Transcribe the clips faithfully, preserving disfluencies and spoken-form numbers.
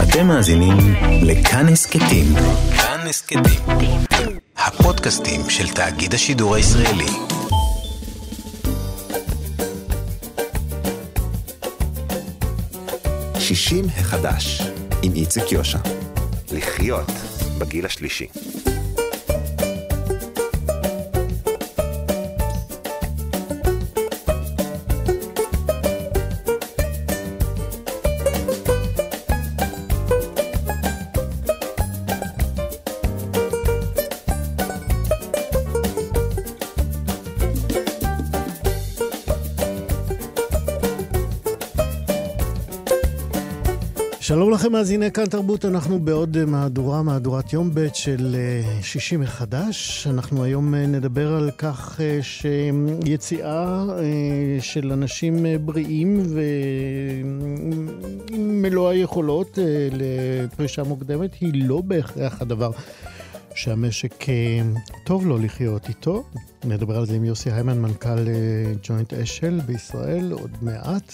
אתם מאזינים לכאן הסכתים. כאן הסכתים. הפודקאסטים של תאגיד השידור הישראלי. שישים החדש עם איציק יושע. לחיות בגיל השלישי. שלום לכם מאזיני כאן תרבות, אנחנו בעוד מהדורה, מהדורת יום ב' של שישים מחדש. אנחנו היום נדבר על כך שיציאה של אנשים בריאים ומלוא היכולות לפרישה מוקדמת היא לא בהכרח הדבר שהמשק טוב לו לחיות איתו. נדבר על זה עם יוסי היימן, מנכ"ל ג'וינט אשל בישראל, עוד מעט.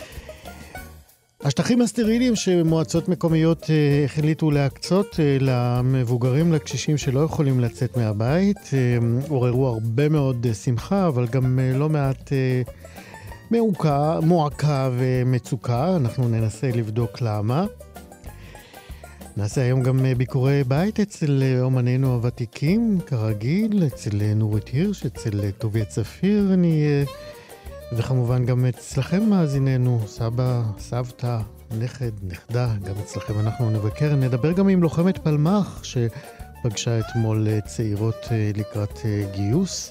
השטחים הסטריליים שמועצות מקומיות החליטו להקצות למבוגרים, לקשישים שלא יכולים לצאת מהבית, עוררו הרבה מאוד שמחה, אבל גם לא מעט מעוקה, מועקה ומצוקה. אנחנו ננסה לבדוק למה. נעשה היום גם ביקורי בית אצל אומנינו הוותיקים, כרגיל, אצל נורית הירש, אצל טוביה צפיר, אני... וכמובן גם אצלכם מאזיננו, סבא, סבתא, נכד, נכדה, גם אצלכם אנחנו נבקר. נדבר גם עם לוחמת פלמח שפגשה אתמול צעירות לקראת גיוס.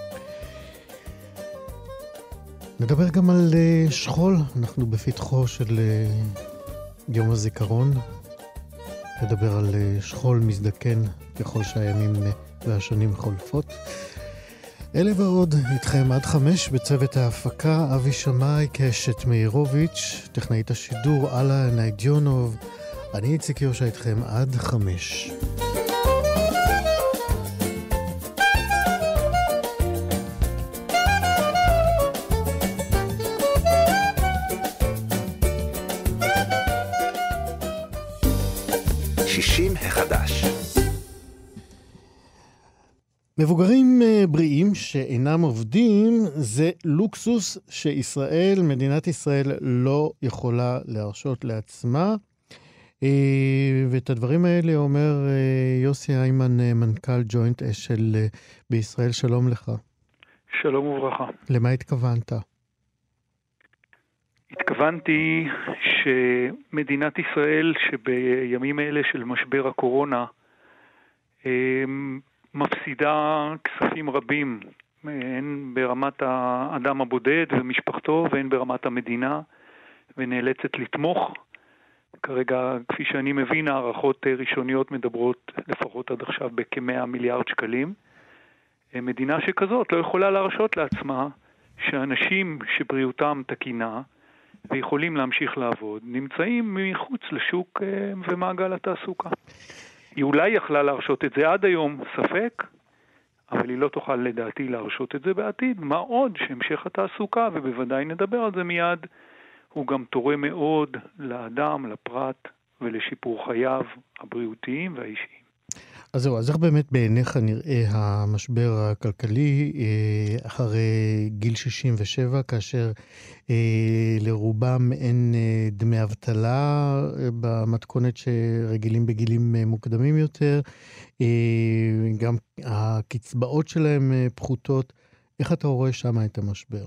נדבר גם על שכול, אנחנו בפתחו של יום הזיכרון. נדבר על שכול מזדקן ככל שהימים והשנים חולפות. אלה ועוד איתכם עד חמש בצוות ההפקה, אבי שמאי, קשת מאירוביץ', טכנאית השידור, אלה ניידיונוב. אני איציק יושע איתכם עד חמש. שישים החדש. מבוגרים בריאים שאינם עובדים זה לוקסוס שישראל, מדינת ישראל לא יכולה להרשות לעצמה. ואת הדברים האלה אומר יוסי היימן, מנכ"ל ג'וינט אשל בישראל. שלום לך. שלום וברכה. למה התכוונת? התכוונתי שמדינת ישראל שבימים אלה של משבר הקורונה מפסידה כספים רבים, הן ברמת האדם הבודד ומשפחתו והן ברמת המדינה, ונאלצת לתמוך. כרגע, כפי שאני מבין, הערכות ראשוניות מדברות לפחות עד עכשיו בכ-מאה מיליארד שקלים. מדינה שכזאת לא יכולה להרשות לעצמה שאנשים שבריאותם תקינה ויכולים להמשיך לעבוד נמצאים מחוץ לשוק ומעגל התעסוקה. היא אולי יכלה להרשות את זה עד היום, ספק, אבל היא לא תוכל לדעתי להרשות את זה בעתיד. מה עוד שהמשך התעסוקה, ובוודאי נדבר על זה מיד, הוא גם תורם מאוד לאדם, לפרט ולשיפור חייו הבריאותיים והאישיים. אז זהו, אז איך באמת בעיניך נראה המשבר הכלכלי אחרי גיל שישים ושבע, כאשר לרובם אין דמי אבטלה במתכונת שרגילים בגילים מוקדמים יותר, גם הקצבאות שלהם פחותות. איך אתה רואה שם את המשבר?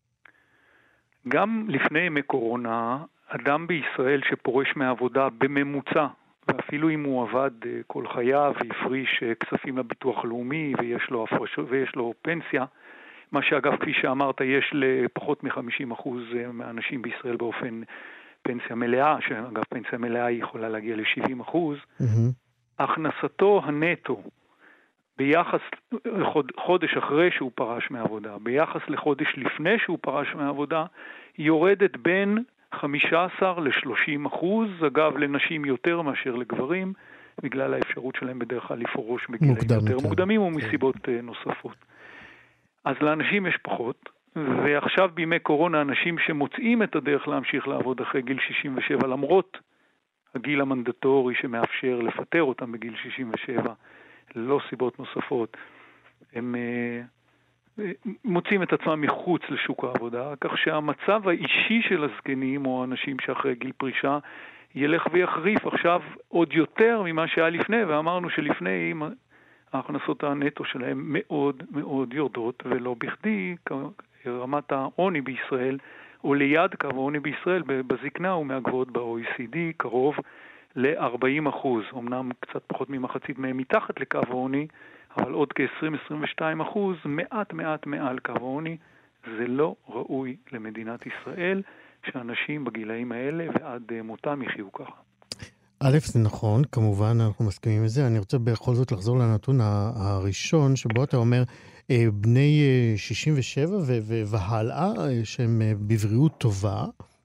גם לפני ימי קורונה, אדם בישראל שפורש מהעבודה בממוצע, ואפילו אם הוא עבד כל חייו והפריש כספים לביטוח לאומי ויש לו, ויש לו פנסיה, מה שאגב כפי שאמרת יש לפחות מ-חמישים אחוז מהאנשים בישראל באופן פנסיה מלאה, שאגב פנסיה מלאה היא יכולה להגיע ל-שבעים אחוז, mm-hmm. הכנסתו הנטו ביחס חודש אחרי שהוא פרש מהעבודה, ביחס לחודש לפני שהוא פרש מהעבודה, היא יורדת בין חמישה עשר ל-שלושים אחוז, אגב לנשים יותר מאשר לגברים, בגלל האפשרות שלהם בדרך כלל לפרוש בגילאים יותר מוקדמים ומסיבות נוספות. אז לאנשים יש פחות, ועכשיו בימי קורונה אנשים שמוצאים את הדרך להמשיך לעבוד אחרי גיל שישים ושבע, למרות הגיל המנדטורי שמאפשר לפטר אותם בגיל שישים ושבע, ללא סיבות נוספות, הם מוצאים את עצמם מחוץ לשוק העבודה, כך שהמצב האישי של הזקנים או האנשים שאחרי גיל פרישה ילך ויחריף עכשיו עוד יותר ממה שהיה לפני, ואמרנו שלפני ההכנסות הנטו שלהם מאוד מאוד יורדות, ולא בכדי רמת העוני בישראל, או ליד קו העוני בישראל, בזקנה הוא מהגבוהות ב-או אי סי די, קרוב ל-ארבעים אחוז, אמנם קצת פחות ממחצית מהם מתחת לקו העוני, אבל עוד כ-עשרים עד עשרים ושתיים אחוז, מעט מעט מעל קו העוני. זה לא ראוי למדינת ישראל, שאנשים בגילאים האלה ועד מותם יחיו ככה. א', זה נכון, כמובן אנחנו מסכימים עם זה. אני רוצה בכל זאת לחזור לנתון הראשון, שבו אתה אומר, בני שישים ושבע והלאה, שהם בבריאות טובה,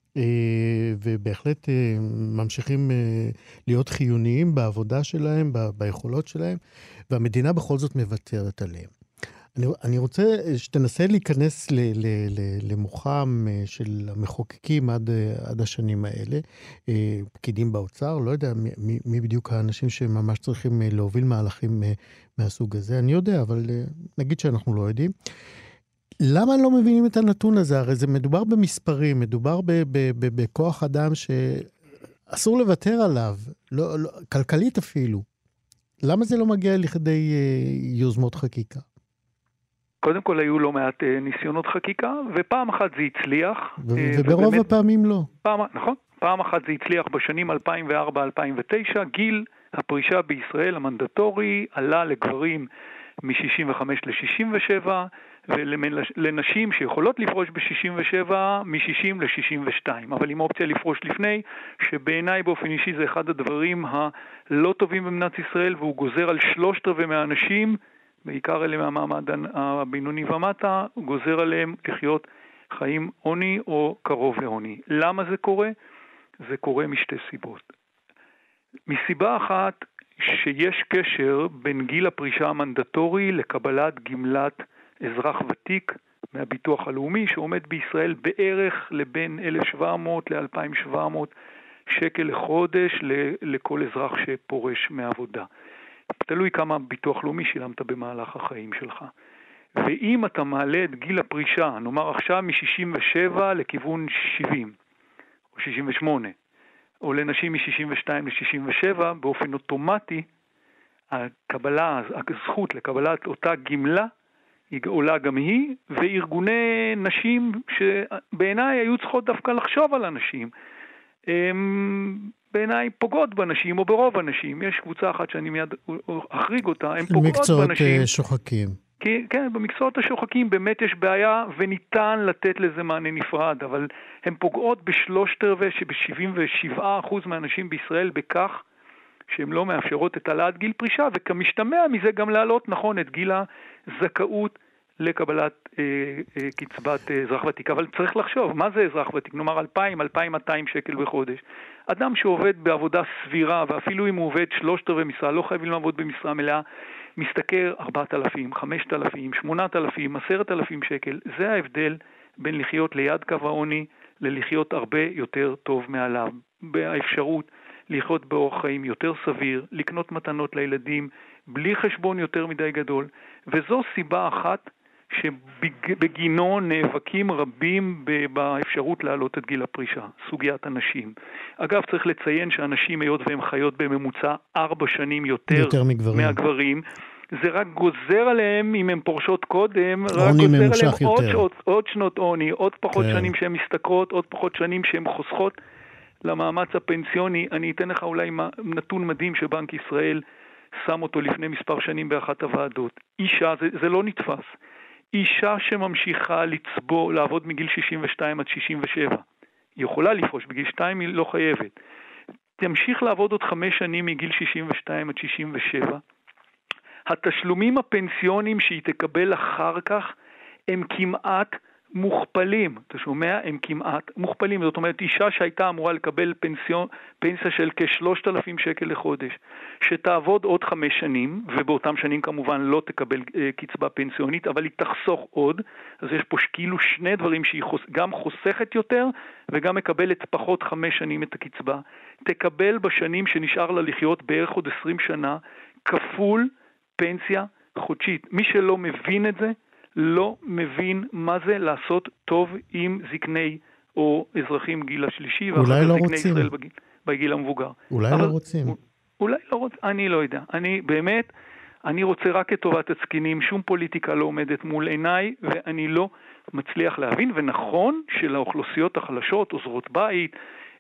ובהחלט ממשיכים להיות חיוניים בעבודה שלהם, ביכולות שלהם, והמדינה בכל זאת מוותרת עליהם. אני, אני רוצה שתנסה להיכנס ל, ל, ל, למוחם של המחוקקים עד, עד השנים האלה, פקידים באוצר, לא יודע מי, מי בדיוק האנשים שממש צריכים להוביל מהלכים מהסוג הזה, אני יודע, אבל נגיד שאנחנו לא יודעים. למה לא מבינים את הנתון הזה? הרי זה מדובר במספרים, מדובר ב, ב, ב, בכוח אדם שאסור לוותר עליו, לא, לא, כלכלית אפילו. למה זה לא מגיע לכדי יוזמות חקיקה? קודם כל היו לא מעט ניסיונות חקיקה, ופעם אחת זה הצליח. וברוב ובאמת, הפעמים לא. פעם, נכון, פעם אחת זה הצליח בשנים אלפיים וארבע עד אלפיים ותשע, גיל הפרישה בישראל המנדטורי עלה לגברים מ-שישים וחמש ל-שישים ושבע, ולנשים שיכולות לפרוש ב-שישים ושבע מ-שישים ל-שישים ושתיים, אבל עם אופציה לפרוש לפני, שבעיניי באופן אישי זה אחד הדברים הלא טובים במדינת ישראל, והוא גוזר על שלושת רבעי מהאנשים, בעיקר אלה מהמעמד הבינוני ומטה, הוא גוזר עליהם לחיות חיים עוני או קרוב לעוני. למה זה קורה? זה קורה משתי סיבות. מסיבה אחת, שיש קשר בין גיל הפרישה המנדטורי לקבלת גמלת אזרח ותיק מהביטוח הלאומי, שעומד בישראל בערך לבין אלף שבע מאות ל-אלפיים ושבע מאות שקל לחודש לכל אזרח שפורש מעבודה. תלוי כמה ביטוח לאומי שילמת במהלך החיים שלך. ואם אתה מעלה את גיל הפרישה, נאמר עכשיו מ-שישים ושבע לכיוון שבעים, או שישים ושמונה, או לנשים מ-שישים ושתיים ל-שישים ושבע, באופן אוטומטי, הקבלה, הזכות לקבלת אותה גמלה, היא עולה גם היא, וארגוני נשים שבעיניי היו צריכות דווקא לחשוב על אנשים, הם בעיניי פוגעות בנשים, או ברוב הנשים. יש קבוצה אחת שאני מיד אחריג אותה, הם פוגעות מקצועות בנשים. מקצועות שוחקים. כי, כן, במקצועות השוחקים באמת יש בעיה, וניתן לתת לזה מענה נפרד, אבל הם פוגעות בשלושת רבעי שב-שבעים ושבעה אחוז מהאנשים בישראל בכך, שהן לא מאפשרות את העלאת גיל פרישה, וכמשתמע מזה גם להעלות נכון את גיל הזכאות לקבלת אה, אה, קצבת אה, אזרח ותיק. אבל צריך לחשוב, מה זה אזרח ותיק? נאמר אלפיים, אלפיים ומאתיים שקל בחודש. אדם שעובד בעבודה סבירה, ואפילו אם הוא עובד שלושת רבעי משרה, לא חייבים לעבוד במשרה מלאה, משתכר ארבעת אלפים, חמשת אלפים, שמונת אלפים, עשרת אלפים שקל. זה ההבדל בין לחיות ליד קו העוני ללחיות הרבה יותר טוב מעליו. באפשרות לחיות באורח חיים יותר סביר, לקנות מתנות לילדים, בלי חשבון יותר מדי גדול, וזו סיבה אחת שבגינו נאבקים רבים באפשרות להעלות את גיל הפרישה, סוגיית הנשים. אגב, צריך לציין שאנשים, היות והם חיות בממוצע ארבע שנים יותר, יותר מגברים. מהגברים, זה רק גוזר עליהם, אם הם פורשות קודם, רק גוזר עליהם עוד, עוד, עוד שנות עוני, עוד פחות כן. שנים שהן משתכרות, עוד פחות שנים שהן חוסכות למאמץ הפנסיוני. אני אתן לך אולי נתון מדהים שבנק ישראל שם אותו לפני מספר שנים באחת הוועדות. אישה, זה, זה לא נתפס. אישה שממשיכה לצבור, לעבוד מגיל שישים ושתיים עד שישים ושבע. היא יכולה לפרוש, בגיל שתיים היא לא חייבת. תמשיך לעבוד עוד חמש שנים מגיל שישים ושתיים עד שישים ושבע. התשלומים הפנסיוניים שהיא תקבל אחר כך, הם כמעט מוכפלים, אתה שומע? הם כמעט מוכפלים, זאת אומרת, אישה שהייתה אמורה לקבל פנסיון, פנסיה של כ-שלושת אלפים שקל לחודש, שתעבוד עוד חמש שנים, ובאותם שנים כמובן לא תקבל אה, קצבה פנסיונית, אבל היא תחסוך עוד, אז יש פה כאילו שני דברים שהיא חוס, גם חוסכת יותר, וגם מקבלת פחות חמש שנים את הקצבה, תקבל בשנים שנשאר לה לחיות בערך עוד עשרים שנה, כפול פנסיה חודשית. מי שלא מבין את זה, לא מבין מה זה לעשות טוב עם זקני או אזרחים גיל השלישי, אולי לא זקני רוצים. ישראל בגיל, בגיל המבוגר. אולי אבל, לא רוצים. אולי לא רוצים, אני לא יודע. אני באמת, אני רוצה רק את טובת הזקנים, שום פוליטיקה לא עומדת מול עיניי, ואני לא מצליח להבין, ונכון שלאוכלוסיות החלשות, עוזרות בית,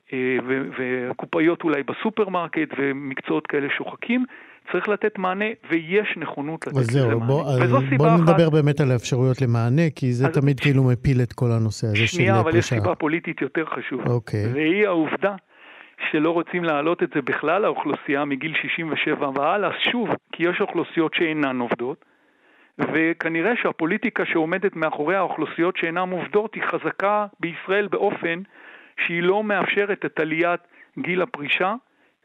וקופאיות אולי בסופרמרקט, ומקצועות כאלה שוחקים, צריך לתת מענה, ויש נכונות לתת לזה מענה. בוא, בוא נדבר אחת... באמת על האפשרויות למענה, כי זה אז... תמיד כאילו מפיל את כל הנושא הזה של פרישה. שנייה, אבל יש סיבה פוליטית יותר חשובה. אוקיי. והיא העובדה שלא רוצים להעלות את זה בכלל, האוכלוסייה מגיל שישים ושבע והלאה, שוב, כי יש אוכלוסיות שאינן עובדות, וכנראה שהפוליטיקה שעומדת מאחורי האוכלוסיות שאינן עובדות, היא חזקה בישראל באופן שהיא לא מאפשרת את עליית גיל הפרישה,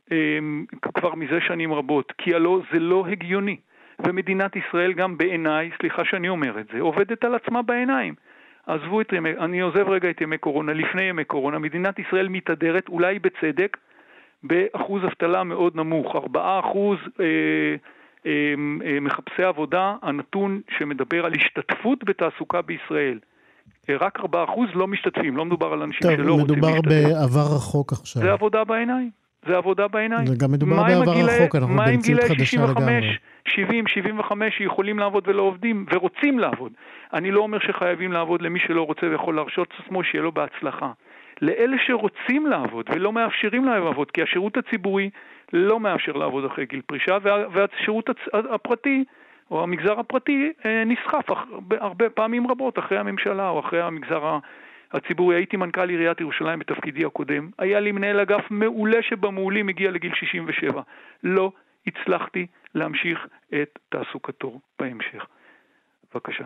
כבר מזה שנים רבות, כי הלא זה לא הגיוני. ומדינת ישראל גם בעיניי, סליחה שאני אומר את זה, עובדת על עצמה בעיניים. עזבו את ימי, אני עוזב רגע את ימי קורונה, לפני ימי קורונה, מדינת ישראל מתהדרת, אולי בצדק, באחוז אבטלה מאוד נמוך, ארבעה אחוז אה, אה, אה, מחפשי עבודה, הנתון שמדבר על השתתפות בתעסוקה בישראל. רק ארבעה אחוז לא משתתפים, לא מדובר על אנשים טוב, שלא רוצים להשתתף. מדובר בעבר רחוק עכשיו. זה עבודה בעיניים. זה עבודה בעיניים. זה גם מדובר בעבר רחוק, אנחנו במציאות חדשה לגמרי. שבעים, שבעים וחמש שיכולים לעבוד ולא עובדים ורוצים לעבוד. אני לא אומר שחייבים לעבוד למי שלא רוצה ויכול להרשות עצמו שיהיה לו בהצלחה. לאלה שרוצים לעבוד ולא מאפשרים להם לעבוד, כי השירות הציבורי לא מאפשר לעבוד אחרי גיל פרישה, והשירות הפרטי או המגזר הפרטי נסחף הרבה פעמים רבות אחרי הממשלה או אחרי המגזר הציבורי. הייתי מנכ"ל עיריית ירושלים בתפקידי הקודם. היה לי מנהל אגף מעולה שבמעולים הגיע לגיל שישים ושבע. לא הצלחתי להמשיך את תעסוקתו בהמשך. בבקשה.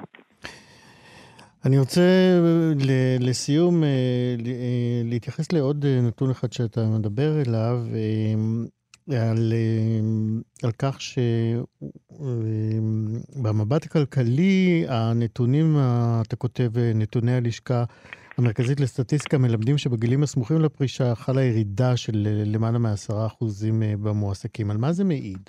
אני רוצה לסיום להתייחס לעוד נתון אחד שאתה מדבר אליו, על, על כך שבמבט הכלכלי הנתונים, אתה כותב, נתוני הלשכה המרכזית לסטטיסטיקה מלמדים שבגילים הסמוכים לפרישה חלה ירידה של למעלה מעשרה אחוזים במועסקים. על מה זה מעיד?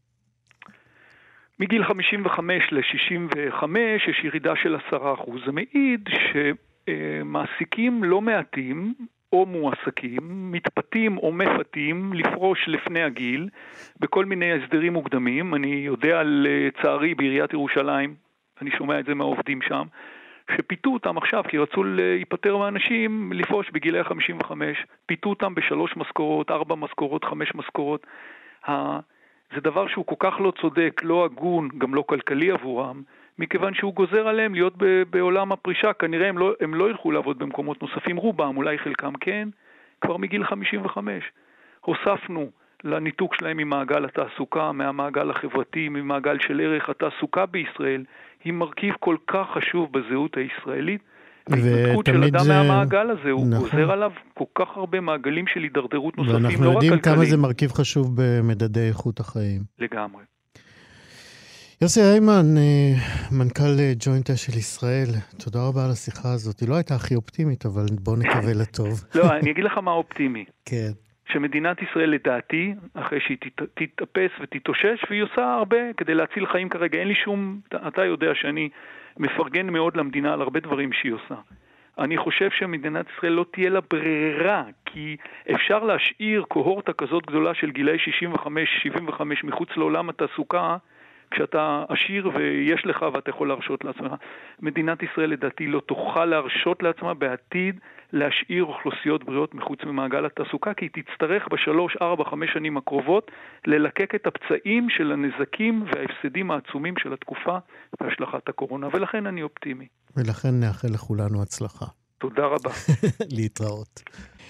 מגיל חמישים וחמש ל-שישים וחמש יש ירידה של עשרה אחוז. זה מעיד שמעסיקים לא מעטים או מועסקים, מתפתים או מפתים לפרוש לפני הגיל בכל מיני הסדרים מוקדמים. אני יודע לצערי בעיריית ירושלים, אני שומע את זה מהעובדים שם, שפיתו אותם עכשיו כי רצו להיפטר מהאנשים לפרוש בגילי חמישים וחמש, פיתו אותם בשלוש משכורות, ארבע משכורות, חמש משכורות. זה דבר שהוא כל כך לא צודק, לא הגון, גם לא כלכלי עבורם, מכיוון שהוא גוזר עליהם להיות בעולם הפרישה. כנראה הם לא, הם לא ילכו לעבוד במקומות נוספים, רובם, אולי חלקם כן, כבר מגיל חמישים וחמש. הוספנו לניתוק שלהם ממעגל התעסוקה, מהמעגל החברתי, ממעגל של ערך. התעסוקה בישראל היא מרכיב כל כך חשוב בזהות הישראלית, וההתנתקות של אדם זה... מהמעגל הזה, הוא נכון. גוזר עליו כל כך הרבה מעגלים של הידרדרות נוספים, לא רק כלכליים. ואנחנו יודעים כמה זה מרכיב חשוב במדדי איכות החיים. לגמרי. יוסי היימן, מנכ"ל ג'וינט אשל ישראל, תודה רבה על השיחה הזאת. היא לא הייתה הכי אופטימית, אבל בוא נקווה לטוב. לא, אני אגיד לך מה אופטימי. כן. שמדינת ישראל לדעתי, אחרי שהיא תתאפס ותתאושש, והיא עושה הרבה כדי להציל חיים כרגע. אין לי שום, אתה יודע שאני מפרגן מאוד למדינה על הרבה דברים שהיא עושה. אני חושב שמדינת ישראל לא תהיה לה ברירה, כי אפשר להשאיר קוהורטה כזאת גדולה של גילאי שישים וחמש שבעים וחמש מחוץ לעולם התעסוקה, כשאתה עשיר ויש לך ואתה יכול להרשות לעצמך. מדינת ישראל לדעתי לא תוכל להרשות לעצמה בעתיד להשאיר אוכלוסיות בריאות מחוץ ממעגל התעסוקה, כי היא תצטרך בשלוש, ארבע, חמש שנים הקרובות ללקק את הפצעים של הנזקים וההפסדים העצומים של התקופה והשלכת הקורונה, ולכן אני אופטימי. ולכן נאחל לכולנו הצלחה. תודה רבה. להתראות.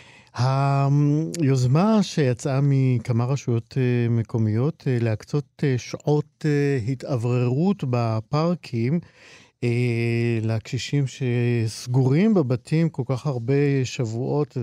היוזמה שיצאה מכמה רשויות מקומיות להקצות שעות התאווררות בפארקים אה, לקשישים שסגורים בבתים כל כך הרבה שבועות,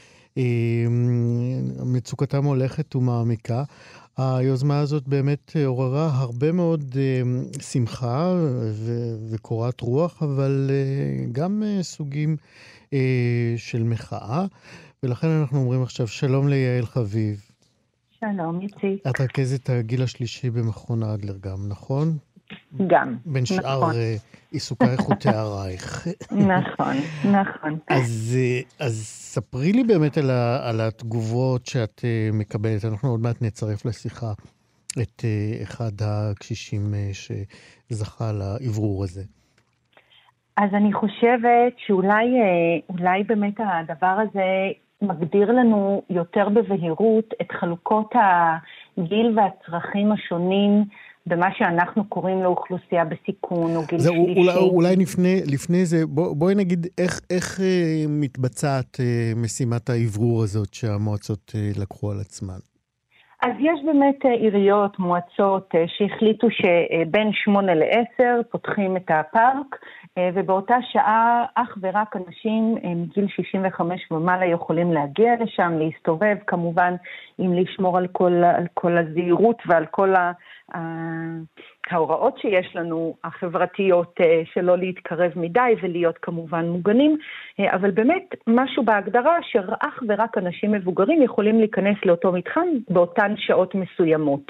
ומצוקתם הולכת ומעמיקה. היוזמה הזאת באמת עוררה הרבה מאוד uh, שמחה ו- וקורת רוח, אבל uh, גם uh, סוגים uh, של מחאה, ולכן אנחנו אומרים עכשיו שלום ליעל חביב. שלום, יצי. את רכזת הגיל השלישי במכון אדלר גם, נכון? גם, בין שאר נכון. uh, עיסוקייך ותארייך. נכון, נכון. אז, uh, אז ספרי לי באמת על, ה- על התגובות שאת uh, מקבלת. אנחנו עוד מעט נצרף לשיחה את uh, אחד הקשישים uh, שזכה לאוורור הזה. אז אני חושבת שאולי אולי באמת הדבר הזה מגדיר לנו יותר בבהירות את חלוקות הגיל והצרכים השונים במה שאנחנו קוראים לאוכלוסייה בסיכון או גיל זה, שלישי. אולי, אולי לפני, לפני זה, בוא, בואי נגיד איך, איך אה, מתבצעת אה, משימת האוורור הזאת שהמועצות אה, לקחו על עצמן. אז יש באמת עיריות, מועצות שהחליטו שבין שמונה לעשר פותחים את הפארק, ובאותה שעה אך ורק אנשים מגיל שישים וחמש ומעלה יכולים להגיע לשם, להסתובב, כמובן עם לשמור על כל, על כל הזהירות ועל כל ה, ההוראות שיש לנו, החברתיות, שלא להתקרב מדי ולהיות כמובן מוגנים, אבל באמת משהו בהגדרה שאך ורק אנשים מבוגרים יכולים להיכנס לאותו מתחם באותן שעות מסוימות.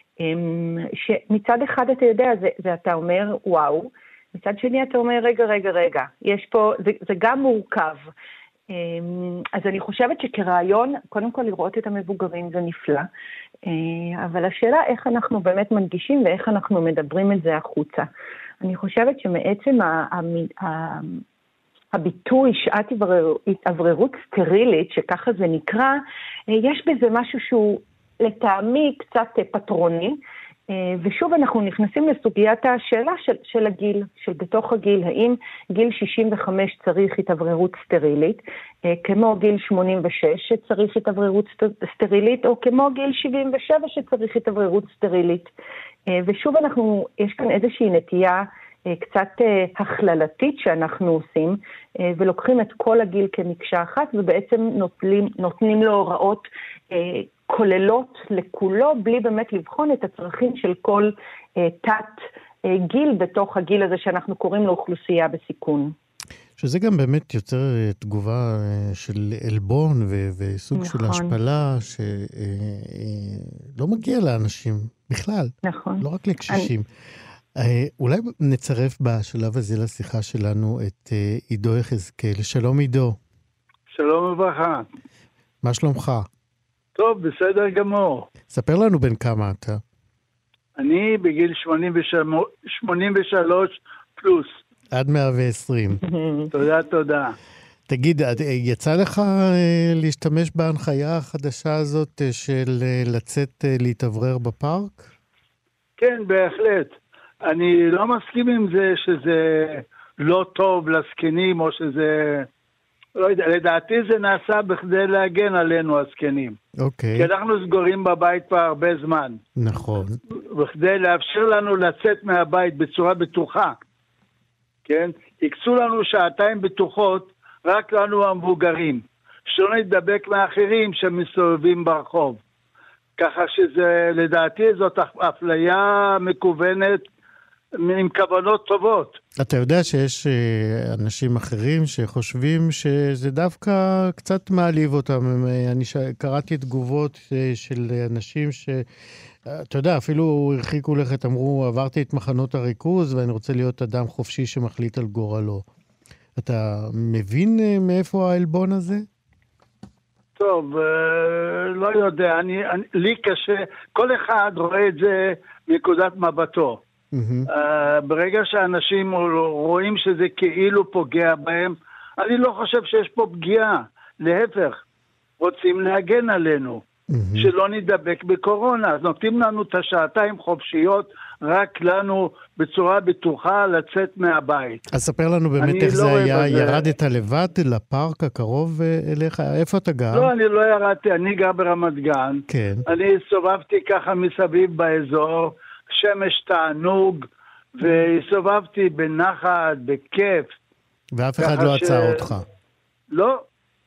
שמצד אחד אתה יודע, זה, זה אתה אומר וואו, מצד שני אתה אומר רגע רגע רגע, יש פה, זה, זה גם מורכב. אז אני חושבת שכרעיון, קודם כל לראות את המבוגרים זה נפלא, אבל השאלה איך אנחנו באמת מנגישים ואיך אנחנו מדברים את זה החוצה. אני חושבת שמעצם ה, ה, ה, הביטוי שעת התאווררות סטרילית, שככה זה נקרא, יש בזה משהו שהוא לטעמי קצת פטרוני, ושוב אנחנו נכנסים לסוגיית השאלה של, של הגיל, של בתוך הגיל, האם גיל שישים וחמש צריך התאווררות סטרילית, כמו גיל שמונים ושש שצריך התאווררות סטרילית, או כמו גיל שבעים ושבע שצריך התאווררות סטרילית. ושוב אנחנו, יש כאן איזושהי נטייה קצת הכללתית שאנחנו עושים, ולוקחים את כל הגיל כמקשה אחת, ובעצם נוטלים, נותנים לו הוראות כוללות לכולו, בלי באמת לבחון את הצרכים של כל תת גיל בתוך הגיל הזה שאנחנו קוראים לאוכלוסייה בסיכון. שזה גם באמת יוצר תגובה של אלבון ו- וסוג נכון. של השפלה שלא מגיע לאנשים בכלל, נכון. לא רק לקשישים. אני... אולי נצרף בשלב הזה לשיחה שלנו את עידו יחזקאל. שלום עידו. שלום וברכה. מה שלומך? טוב, בסדר גמור. ספר לנו בין כמה אתה. אני בגיל שמונים ושלוש פלוס. עד מאה ועשרים. תודה, תודה. תגיד, יצא לך להשתמש בהנחיה החדשה הזאת של לצאת להתאוורר בפארק? כן, בהחלט. אני לא מסכים עם זה שזה לא טוב לזקנים, או שזה... לא יודע, לדעתי זה נעשה בכדי להגן עלינו הזקנים. אוקיי. כי אנחנו סגורים בבית כבר הרבה זמן. נכון. בכדי לאפשר לנו לצאת מהבית בצורה בטוחה. כן? יקצו לנו שעתיים בטוחות רק לנו המבוגרים. שלא נדבק מאחרים שמסתובבים ברחוב. ככה שזה, לדעתי זאת אפליה מקוונת עם כוונות טובות. אתה יודע שיש אנשים אחרים שחושבים שזה דווקא קצת מעליב אותם. אני קראתי תגובות של אנשים ש... אתה יודע, אפילו הרחיקו לכת, אמרו, עברתי את מחנות הריכוז ואני רוצה להיות אדם חופשי שמחליט על גורלו. אתה מבין מאיפה העלבון הזה? טוב, לא יודע. אני, אני, לי קשה. כל אחד רואה את זה מנקודת מבטו. Uh, ברגע שאנשים רואים שזה כאילו פוגע בהם, אני לא חושב שיש פה פגיעה, להפך, רוצים להגן עלינו, mm-hmm. שלא נדבק בקורונה, אז נותנים לנו את השעתיים חופשיות רק לנו בצורה בטוחה לצאת מהבית. אז ספר לנו באמת איך לא זה היה, זה... ירדת לבד לפארק הקרוב אליך, איפה אתה גר? לא, אני לא ירדתי, אני גר ברמת גן, כן. אני סובבתי ככה מסביב באזור, שמש תענוג, והסתובבתי בנחת, בכיף. ואף אחד לא עצר אותך. לא.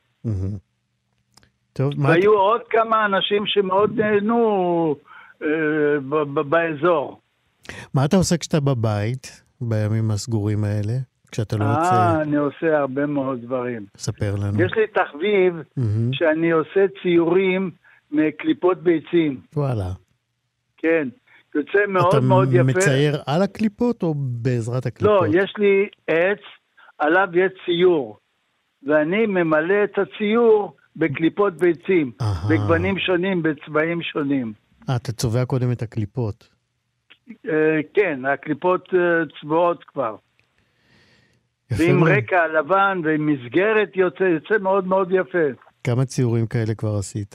טוב, מה... והיו עוד כמה אנשים שמאוד נהנו באזור. מה אתה עושה כשאתה בבית, בימים הסגורים האלה? כשאתה לא יוצא... אה, אני עושה הרבה מאוד דברים. ספר לנו. יש לי תחביב שאני עושה ציורים מקליפות ביצים. וואלה. כן. יוצא מאוד מאוד יפה. אתה מצייר על הקליפות או בעזרת הקליפות? לא, יש לי עץ, עליו יש ציור. ואני ממלא את הציור בקליפות ביצים. בגוונים שונים, בצבעים שונים. אה, אתה צובע קודם את הקליפות. כן, הקליפות צבועות כבר. ועם רקע לבן ועם מסגרת יוצא, יוצא מאוד מאוד יפה. כמה ציורים כאלה כבר עשית?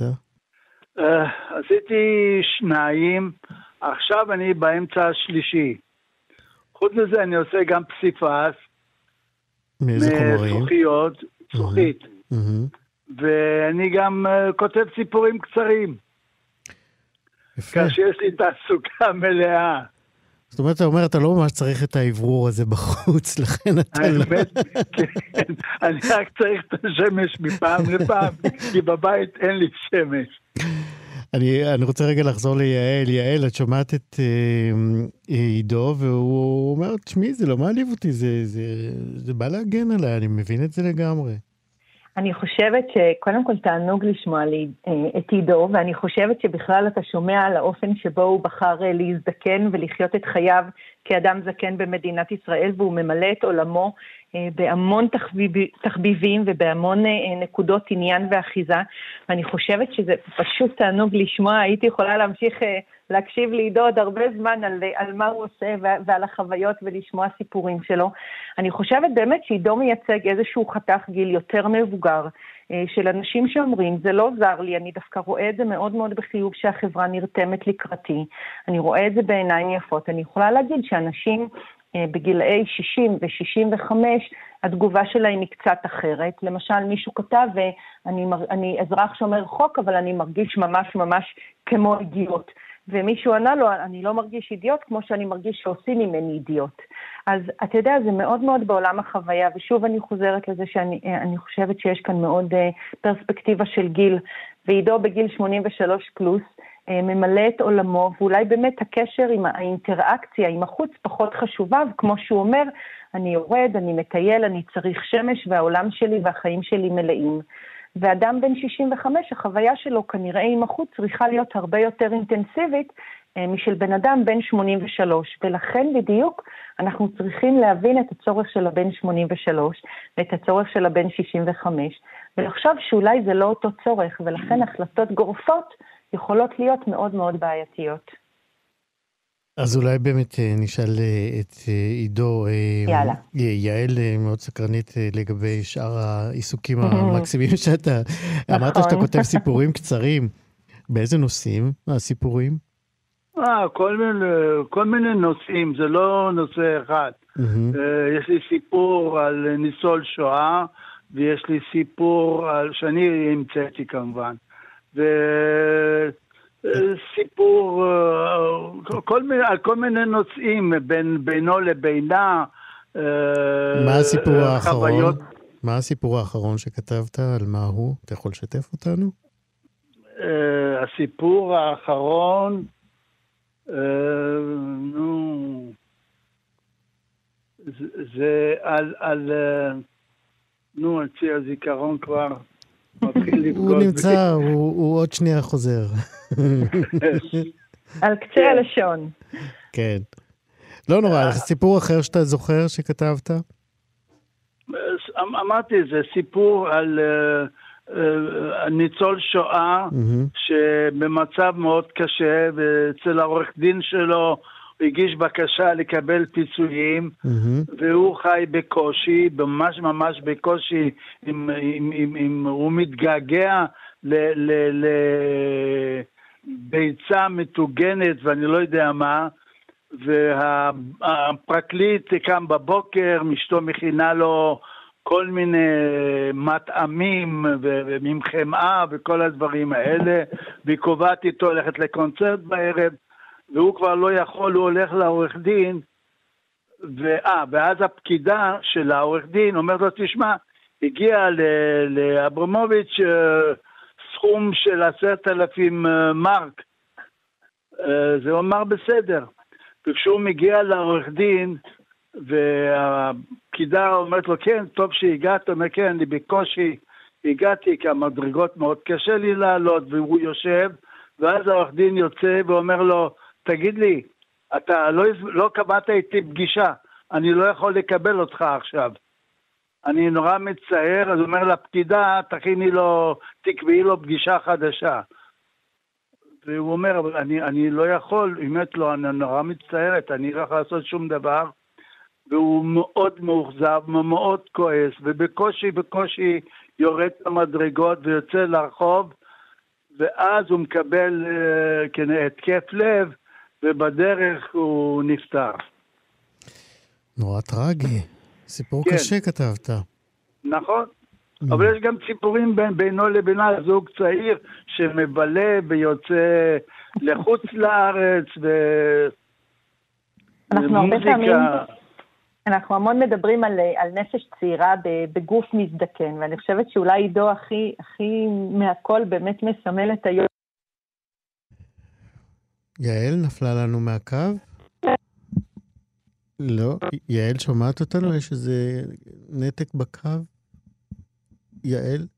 עשיתי שניים, עכשיו אני באמצע השלישי. חוץ מזה אני עושה גם פסיפס. מאיזה חומרים? מזכוכיות, זכוכית. ואני גם כותב סיפורים קצרים. כשיש לי תעסוקה מלאה. זאת אומרת, אתה אומר, אתה לא ממש צריך את האוורור הזה בחוץ, לכן אתה לא... האמת, כן. אני רק צריך את השמש מפעם לפעם, כי בבית אין לי שמש. אני, אני רוצה רגע לחזור ליעל. יעל, את שומעת את אה, עידו, והוא אומר, תשמעי, זה לא מעליב אותי, זה, זה, זה בא להגן עליי, אני מבין את זה לגמרי. אני חושבת שקודם כל תענוג לשמוע לי את עידו, ואני חושבת שבכלל אתה שומע על האופן שבו הוא בחר להזדקן ולחיות את חייו כאדם זקן במדינת ישראל, והוא ממלא את עולמו בהמון תחביב, תחביבים ובהמון נקודות עניין ואחיזה, ואני חושבת שזה פשוט תענוג לשמוע. הייתי יכולה להמשיך להקשיב לעידו עוד הרבה זמן על, על מה הוא עושה ועל החוויות ולשמוע סיפורים שלו. אני חושבת באמת שעידו מייצג איזשהו חתך גיל יותר מבוגר, של אנשים שאומרים, זה לא זר לי, אני דווקא רואה את זה מאוד מאוד בחיוב שהחברה נרתמת לקראתי, אני רואה את זה בעיניים יפות. אני יכולה להגיד שאנשים בגילאי שישים ו-שישים וחמש, התגובה שלהם היא קצת אחרת. למשל, מישהו כתב, ואני אני אזרח שומר חוק, אבל אני מרגיש ממש ממש כמו אידיוט. ומישהו ענה לו, אני לא מרגיש אידיוט כמו שאני מרגיש שעושים ממני אידיוט. אז אתה יודע, זה מאוד מאוד בעולם החוויה, ושוב אני חוזרת לזה שאני אני חושבת שיש כאן מאוד פרספקטיבה של גיל, ועידו בגיל שמונים ושלוש פלוס, ממלא את עולמו, ואולי באמת הקשר עם האינטראקציה, עם החוץ פחות חשובה, וכמו שהוא אומר, אני יורד, אני מטייל, אני צריך שמש, והעולם שלי והחיים שלי מלאים. ואדם בן שישים וחמש, החוויה שלו כנראה עם החוץ צריכה להיות הרבה יותר אינטנסיבית משל בן אדם בן שמונים ושלוש, ולכן בדיוק אנחנו צריכים להבין את הצורך של הבן שמונים ושלוש ואת הצורך של הבן שישים וחמש, ולחשוב שאולי זה לא אותו צורך, ולכן החלטות גורפות יכולות להיות מאוד מאוד בעייתיות. אז אולי באמת נשאל את עידו. יאללה. יעל מאוד סקרנית לגבי שאר העיסוקים המקסימים שאתה... אמרת שאתה כותב סיפורים קצרים. באיזה נושאים הסיפורים? אה, כל מיני, כל מיני נושאים, זה לא נושא אחד. יש לי סיפור על ניצול שואה, ויש לי סיפור על... שאני המצאתי כמובן. ו... סיפור כל מיני, על כל מיני נושאים בין בינו לבינה. מה הסיפור האחרון? מה הסיפור האחרון שכתבת? על מה הוא? אתה יכול לשתף אותנו? הסיפור האחרון, נו, זה על, על, נו, על צי הזיכרון כבר. הוא נמצא, הוא עוד שנייה חוזר. על קצה הלשון. כן. לא נורא, סיפור אחר שאתה זוכר שכתבת? אמרתי, זה סיפור על ניצול שואה שבמצב מאוד קשה, ואצל העורך דין שלו הוא הגיש בקשה לקבל פיצויים, mm-hmm. והוא חי בקושי, ממש ממש בקושי, אם, אם, אם, אם הוא מתגעגע לביצה מטוגנת ואני לא יודע מה, והפרקליט קם בבוקר, משתו מכינה לו כל מיני מטעמים ומחמאה וכל הדברים האלה, והיא קובעת איתו ללכת לקונצרט בערב, והוא כבר לא יכול, הוא הולך לעורך דין, ואה, ואז הפקידה של העורך דין אומרת לו, תשמע, הגיע לאברמוביץ' סכום של עשרת אלפים מרק. זה הוא אמר בסדר. וכשהוא מגיע לעורך דין, והפקידה אומרת לו, כן, טוב שהגעת, הוא אומר, כן, אני בקושי הגעתי, כי המדרגות מאוד קשה לי לעלות, והוא יושב, ואז העורך דין יוצא ואומר לו, תגיד לי, אתה לא, לא קבעת איתי פגישה, אני לא יכול לקבל אותך עכשיו. אני נורא מצער, אז הוא אומר לפקידה, תכיני לו, תקבעי לו פגישה חדשה. והוא אומר, אני, אני לא יכול, באמת לא, אני נורא מצטערת, אני לא יכול לעשות שום דבר. והוא מאוד מאוכזב, מאוד כועס, ובקושי, בקושי יורד למדרגות ויוצא לרחוב, ואז הוא מקבל uh, כן, התקף לב, ובדרך הוא נפטר. נורא טרגי. סיפור כן. קשה כתבת. נכון. Mm. אבל יש גם סיפורים בין, בינו לבינה, זוג צעיר שמבלה ויוצא לחוץ לארץ, ו... אנחנו הרבה פעמים... אנחנו המון מדברים על, על נפש צעירה בגוף מזדקן, ואני חושבת שאולי עידו הכי, הכי מהכל באמת מסמל את היום. יעל נפלה לנו מהקו? לא. יעל שומעת אותנו? יש איזה נתק בקו? יעל?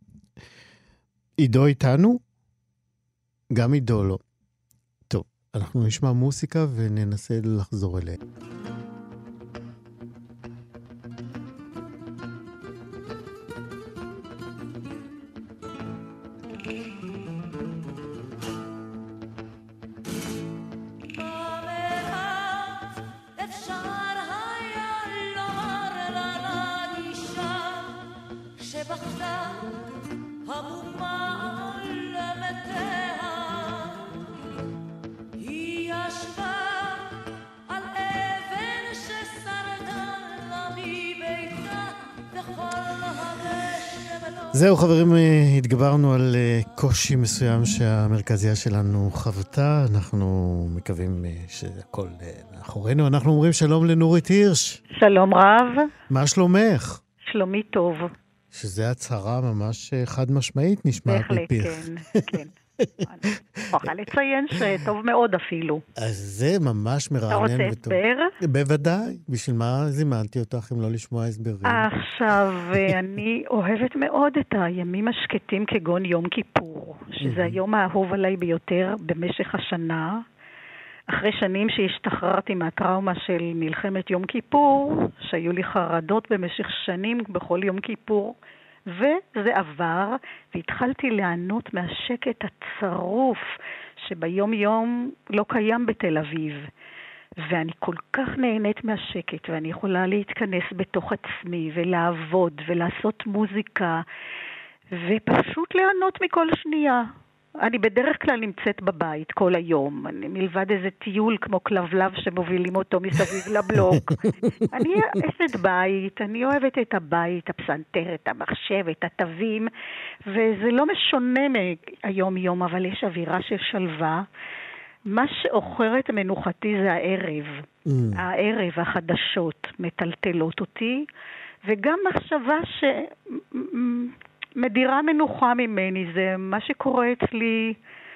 עידו איתנו? גם עידו לא. טוב, אנחנו נשמע מוסיקה וננסה לחזור אליה. זהו חברים, התגברנו על קושי מסוים שהמרכזייה שלנו חוותה, אנחנו מקווים שהכל מאחורינו. אנחנו אומרים שלום לנורית הירש. שלום רב. מה שלומך? שלומי טוב. שזה הצהרה ממש חד משמעית נשמעת מפיך. בהחלט, כן, כן. אני יכולה לציין שטוב מאוד אפילו. אז זה ממש מרענן וטוב. אתה רוצה הסבר? בוודאי. בשביל מה זימנתי אותך אם לא לשמוע הסברים? עכשיו, אני אוהבת מאוד את הימים השקטים כגון יום כיפור, שזה היום האהוב עליי ביותר במשך השנה. אחרי שנים שהשתחררתי מהטראומה של מלחמת יום כיפור, שהיו לי חרדות במשך שנים בכל יום כיפור, וזה עבר, והתחלתי לענות מהשקט הצרוף שביום יום לא קיים בתל אביב. ואני כל כך נהנית מהשקט, ואני יכולה להתכנס בתוך עצמי ולעבוד ולעשות מוזיקה, ופשוט לענות מכל שנייה. אני בדרך כלל נמצאת בבית כל היום, אני מלבד איזה טיול כמו כלבלב שמובילים אותו מסביב לבלוק. אני אשת בית, אני אוהבת את הבית, הפסנתר, את המחשב, את התווים, וזה לא משונה מהיום יום, אבל יש אווירה של שלווה. מה שאוכר את מנוחתי זה הערב. Mm. הערב, החדשות מטלטלות אותי, וגם מחשבה ש... מדירה מנוחה ממני, זה מה שקורה אצלי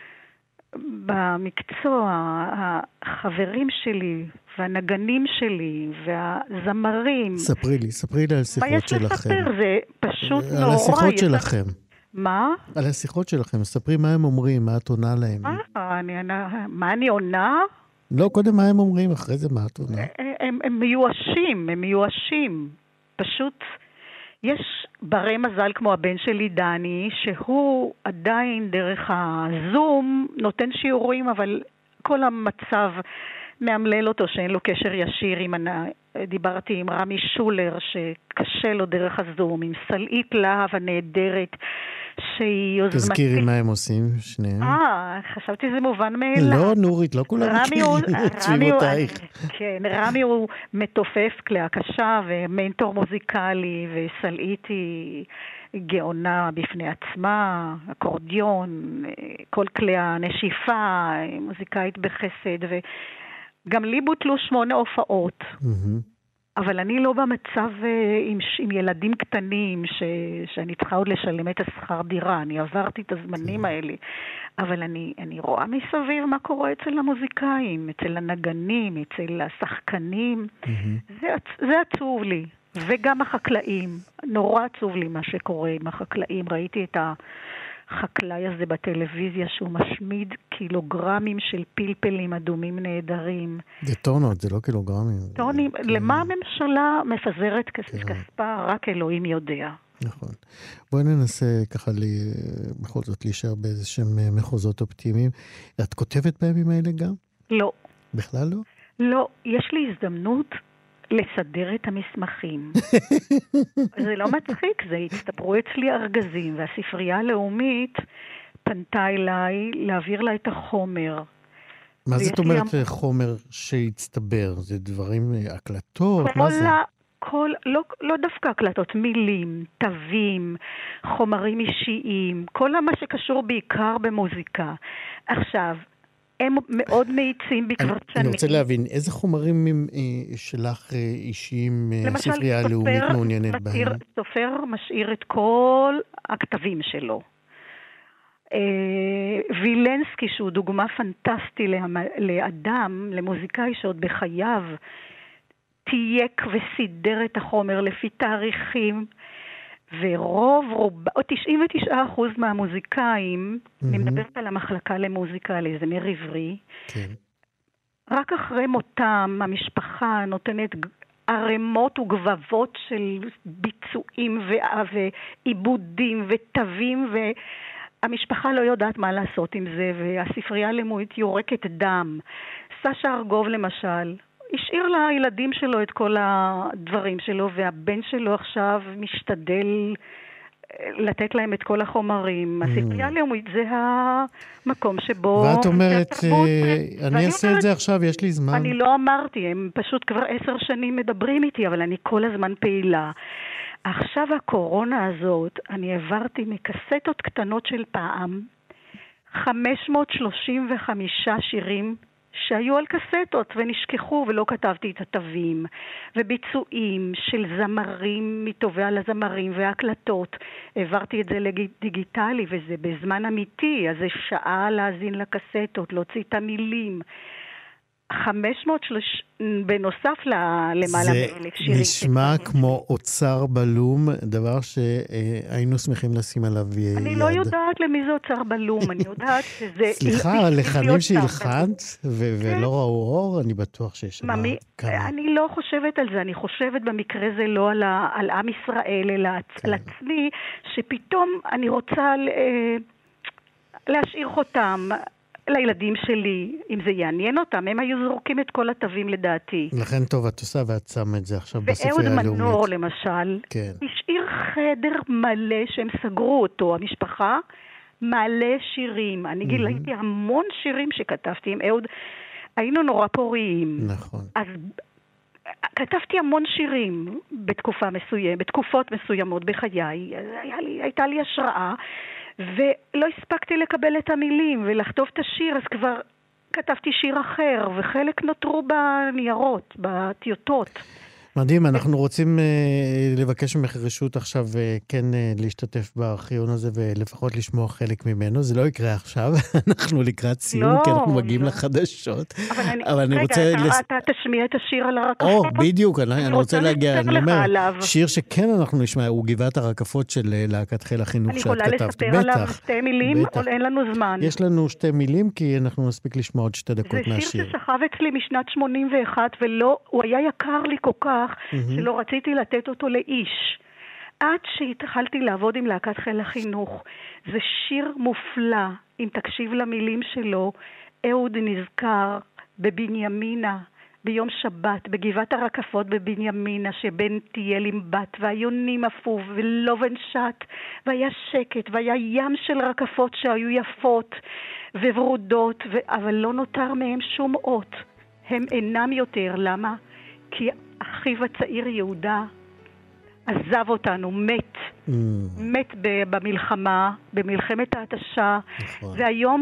במקצוע, החברים שלי והנגנים שלי והזמרים. ספרי לי, ספרי לי על השיחות שלכם. מה יש לספר? זה פשוט נורא. על השיחות שלכם. מה? על השיחות שלכם, ספרי מה הם אומרים, מה את עונה להם. אה, אני, מה אני עונה? לא, קודם מה הם אומרים, אחרי זה מה את עונה. הם, הם מיואשים, הם מיואשים. פשוט... יש ברי מזל כמו הבן שלי דני, שהוא עדיין דרך הזום נותן שיעורים, אבל כל המצב מאמלל אותו שאין לו קשר ישיר. עם, דיברתי עם רמי שולר שקשה לו דרך הזום, עם סלעית להב הנהדרת שהיא יוזמתית. תזכירי מה הם עושים, שניהם. אה, חשבתי זה מובן מאליו. לא, נורית, לא כולם מכירים את סביבותייך. כן, רמי הוא מתופף כלי הקשה ומנטור מוזיקלי, וסלעית היא גאונה בפני עצמה, אקורדיון, כל כלי הנשיפה, מוזיקאית בחסד, גם לי בוטלו שמונה הופעות. אבל אני לא במצב עם, עם ילדים קטנים ש, שאני צריכה עוד לשלם את השכר דירה. אני עברתי את הזמנים האלה. אבל אני, אני רואה מסביב מה קורה אצל המוזיקאים, אצל הנגנים, אצל השחקנים. זה, זה עצוב לי. וגם החקלאים. נורא עצוב לי מה שקורה עם החקלאים. ראיתי את החקלאי הזה בטלוויזיה שהוא משמיד קילוגרמים של פלפלים אדומים נהדרים. זה טונות, זה לא קילוגרמים. טונים. למה הממשלה מפזרת כספה? רק אלוהים יודע. נכון. בואי ננסה ככה לי, בכל זאת להישאר באיזה שהם מחוזות אופטימיים. את כותבת בימים האלה גם? לא. בכלל לא? לא. יש לי הזדמנות לסדר את המסמכים. זה לא מצחיק, זה הצטברו אצלי ארגזים, והספרייה הלאומית פנתה אליי להעביר לה את החומר. מה זאת אומרת חומר שהצטבר? זה דברים, הקלטות? מה זה? כל, לא, לא דווקא הקלטות, מילים, תווים, חומרים אישיים, כל מה שקשור בעיקר במוזיקה. עכשיו, הם מאוד מאיצים בכבר שנים. אני רוצה להבין, איזה חומרים שלך אישיים הספרייה הלאומית מעוניינת בהם? למשל, סופר משאיר את כל הכתבים שלו. וילנסקי, שהוא דוגמה פנטסטי לאדם, למוזיקאי שעוד בחייו, תייק וסידר את החומר לפי תאריכים, ורוב, רוב, או תשעים ותשעה אחוז מהמוזיקאים, mm-hmm. אני מדברת על המחלקה למוזיקה, על זמר עברי, כן. רק אחרי מותם, המשפחה נותנת ערימות וגבבות של ביצועים ועיבודים ותווים, והמשפחה לא יודעת מה לעשות עם זה, והספרייה הלאומית יורקת דם. סשה ארגוב למשל, השאיר לילדים שלו את כל הדברים שלו, והבן שלו עכשיו משתדל לתת להם את כל החומרים. הספרייה הלאומית זה המקום שבו... ואת אומרת, אני אעשה את זה עכשיו, יש לי זמן. אני לא אמרתי, הם פשוט כבר עשר שנים מדברים איתי, אבל אני כל הזמן פעילה. עכשיו הקורונה הזאת, אני העברתי מקסטות קטנות של פעם, חמש מאות שלושים וחמישה שירים, שהיו על קסטות ונשכחו ולא כתבתי את התווים וביצועים של זמרים מטובי על הזמרים והקלטות. העברתי את זה לדיגיטלי וזה בזמן אמיתי, אז זה שעה להזין לקסטות, להוציא את המילים. חמש מאות שלושים, בנוסף למעלה מאלף שירים. זה נשמע כמו אוצר בלום, דבר שהיינו שמחים לשים עליו יד. אני לא יודעת למי זה אוצר בלום, אני יודעת שזה... סליחה, לחנים שהלחנת ולא ראו אור, אני בטוח שיש כמה. אני לא חושבת על זה, אני חושבת במקרה זה לא על עם ישראל, אלא על עצמי, שפתאום אני רוצה להשאיר חותם לילדים שלי, אם זה יעניין אותם, הם היו זורקים את כל התווים לדעתי. לכן טוב, את עושה ואת שמה את זה עכשיו בספרייה הלאומית. ואהוד מנור למשל, כן. השאיר חדר מלא שהם סגרו אותו, המשפחה, מלא שירים. אני mm-hmm. גיליתי המון שירים שכתבתי עם אהוד, היינו נורא פוריים. נכון. אז כתבתי המון שירים בתקופה מסוימת, בתקופות מסוימות בחיי, היה לי, הייתה לי השראה, ולא הספקתי לקבל את המילים ולכתוב את השיר, אז כבר כתבתי שיר אחר, וחלק נותרו בניירות, בטיוטות. מדהים, אנחנו רוצים uh, לבקש ממך רשות עכשיו uh, כן uh, להשתתף בארכיון הזה ולפחות לשמוע חלק ממנו. זה לא יקרה עכשיו, אנחנו לקראת סיום, לא, כי אנחנו מגיעים לא. לחדשות. אבל אני, אבל אני רגע, רוצה... אתה, לס... אתה תשמיע את השיר על הרקפות? או, בדיוק, אני, אני רוצה להגיע, אני אומר, עליו. שיר שכן אנחנו נשמע, הוא גבעת הרקפות של להקת חיל החינוך שאת כתבת. אני יכולה לספר עליו שתי מילים, או אין לנו זמן? יש לנו שתי מילים, כי אנחנו נספיק לשמוע עוד שתי דקות מהשיר. זה שיר ששכב אצלי משנת שמונים ואחת, ולא, הוא היה יקר לי כל כך, Mm-hmm. שלא רציתי לתת אותו לאיש. עד שהתחלתי לעבוד עם להקת חיל החינוך. זה שיר מופלא, אם תקשיב למילים שלו. אהוד נזכר בבנימינה, ביום שבת, בגבעת הרקפות בבנימינה, שבן טייל עם בת, והיונים אפוף ולובן שט, והיה שקט, והיה ים של רקפות שהיו יפות וורודות, ו... אבל לא נותר מהם שום אות. הם אינם יותר. למה? כי אחיו הצעיר יהודה עזב אותנו, מת. Mm. מת במלחמה, במלחמת ההתשה. נכון. והיום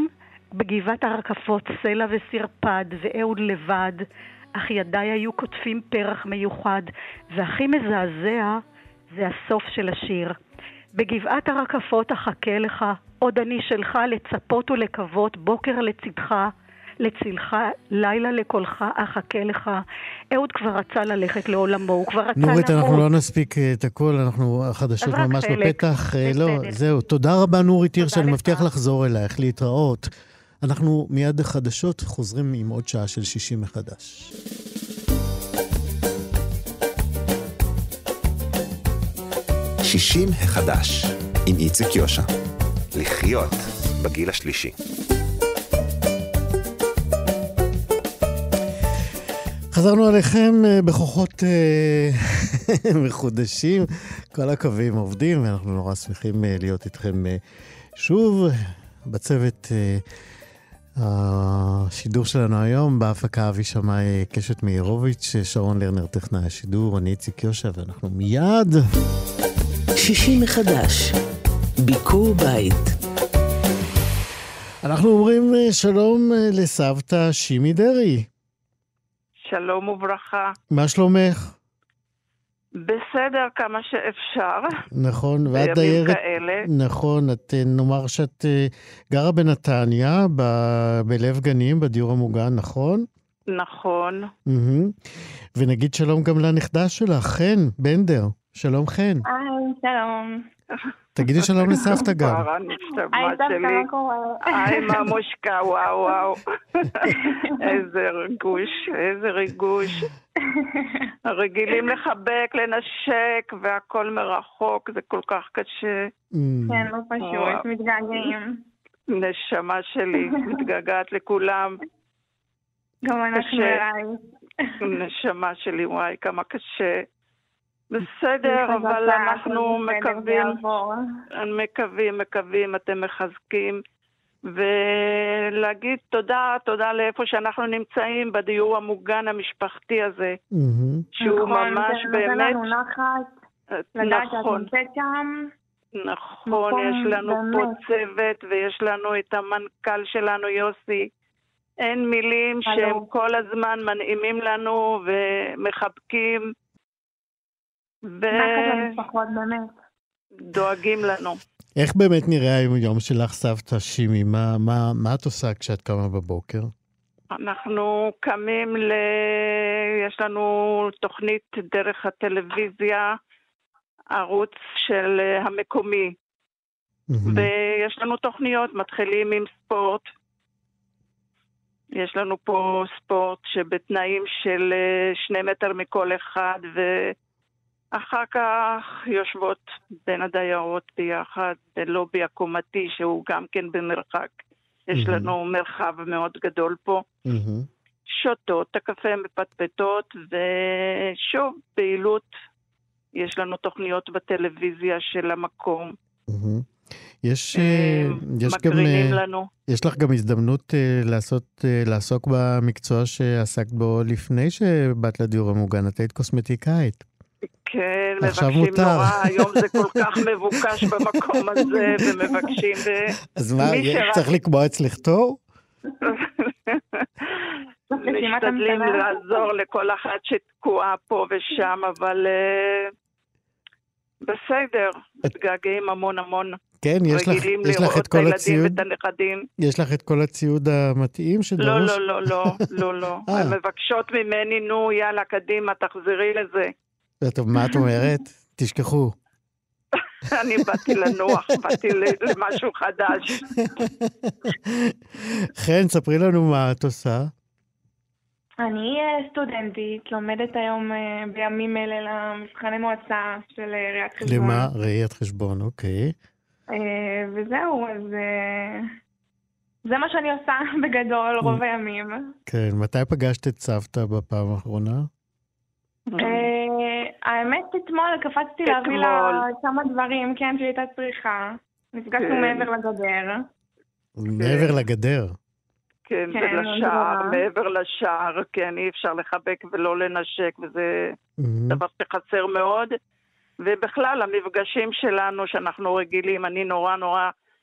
בגבעת הרקפות סלע וסרפד ואהוד לבד, אך ידיי היו כותפים פרח מיוחד, והכי מזעזע זה הסוף של השיר. בגבעת הרקפות אחכה לך, עוד אני שלך לצפות ולקוות, בוקר לצדך, לצלך, לילה לקולך, אחכה לך. אהוד כבר רצה ללכת לעולמו, הוא כבר רצה למות. נורית, אנחנו לא נספיק את הכל, אנחנו החדשות ממש בפתח. לא, זהו. תודה רבה נורית הירש, אני מבטיח לחזור אלייך, להתראות. אנחנו מיד החדשות חוזרים עם עוד שעה של שישים מחדש. שישים החדש, עם איציק יושע. לחיות בגיל השלישי. חזרנו עליכם בכוחות מחודשים, כל הקווים עובדים, ואנחנו נורא שמחים להיות איתכם שוב בצוות השידור שלנו היום, בהפקה אבי שמאי קשת מאירוביץ', שרון לרנר טכנאי השידור, אני איציק יושע, ואנחנו מיד שישים מחדש, ביקור בית. אנחנו אומרים שלום לסבתא שימי דרי. שלום וברכה. מה שלומך? בסדר, כמה שאפשר. נכון, ואת דיירת... כאלה. נכון, את נאמר שאת גרה בנתניה, ב... בלב גנים, בדיור המוגן, נכון? נכון. Mm-hmm. ונגיד שלום גם לנכדה שלך, חן בנדר. שלום חן. היי, שלום. תגידי שלום לסבתא גם. היי, סבתא, מה קורה? היי, ממושקה, וואו, וואו. איזה ריגוש, איזה ריגוש. רגילים לחבק, לנשק, והכל מרחוק, זה כל כך קשה. כן, לא פשוט, מתגעגעים. נשמה שלי, מתגעגעת לכולם. גם אנחנו אליי. נשמה שלי, וואי, כמה קשה. בסדר, אבל אנחנו מקווים, מקווים, מקווים, אתם מחזקים, ולהגיד תודה, תודה לאיפה שאנחנו נמצאים, בדיור המוגן המשפחתי הזה, שהוא ממש באמת, נכון, נכון, יש לנו פה צוות, ויש לנו את המנכ"ל שלנו יוסי, אין מילים שהם כל הזמן מנעימים לנו ומחבקים, ודואגים לנו. איך באמת נראה היום יום שלך, סבתא שימי? מה, מה, מה את עושה כשאת קמה בבוקר? אנחנו קמים ל... יש לנו תוכנית דרך הטלוויזיה, ערוץ של המקומי. ויש לנו תוכניות, מתחילים עם ספורט. יש לנו פה ספורט שבתנאים של שני מטר מכל אחד, ו... אחר כך יושבות בין הדיירות ביחד, בלובי הקומתי, שהוא גם כן במרחק. יש לנו מרחב מאוד גדול פה. שותות, את הקפה מפטפטות, ושוב, פעילות, יש לנו תוכניות בטלוויזיה של המקום. יש, יש גם, לנו. יש לך גם הזדמנות לעשות, לעסוק במקצוע שעסקת בו לפני שבאת לדיור המוגן, את היית קוסמטיקאית. כן, מבקשים נורא, היום זה כל כך מבוקש במקום הזה, ומבקשים... אז מה, צריך לקבוע אצלך תור? משתדלים לעזור לכל אחת שתקועה פה ושם, אבל בסדר, מתגעגעים המון המון. כן, יש לך, יש לך את כל הציוד, יש לך את כל הציוד המתאים שדרוש? לא, לא, לא, לא, לא, לא. הן מבקשות ממני, נו, יאללה, קדימה, תחזרי לזה. טוב, מה את אומרת? תשכחו. אני באתי לנוח, באתי למשהו חדש. חן, ספרי לנו מה את עושה. אני סטודנטית, לומדת היום בימים אלה למבחני מועצה של ראיית חשבון. למה? ראיית חשבון, אוקיי. וזהו, אז זה מה שאני עושה בגדול רוב הימים. כן, מתי פגשת את סבתא בפעם האחרונה? האמת, אתמול קפצתי להביא לה כמה דברים, כן, שהייתה צריכה. נפגשנו מעבר לגדר. מעבר לגדר? כן, ולשער, מעבר לשער, כן, אי אפשר לחבק ולא לנשק, וזה דבר שחסר מאוד. ובכלל, המפגשים שלנו שאנחנו רגילים, אני נורא נורא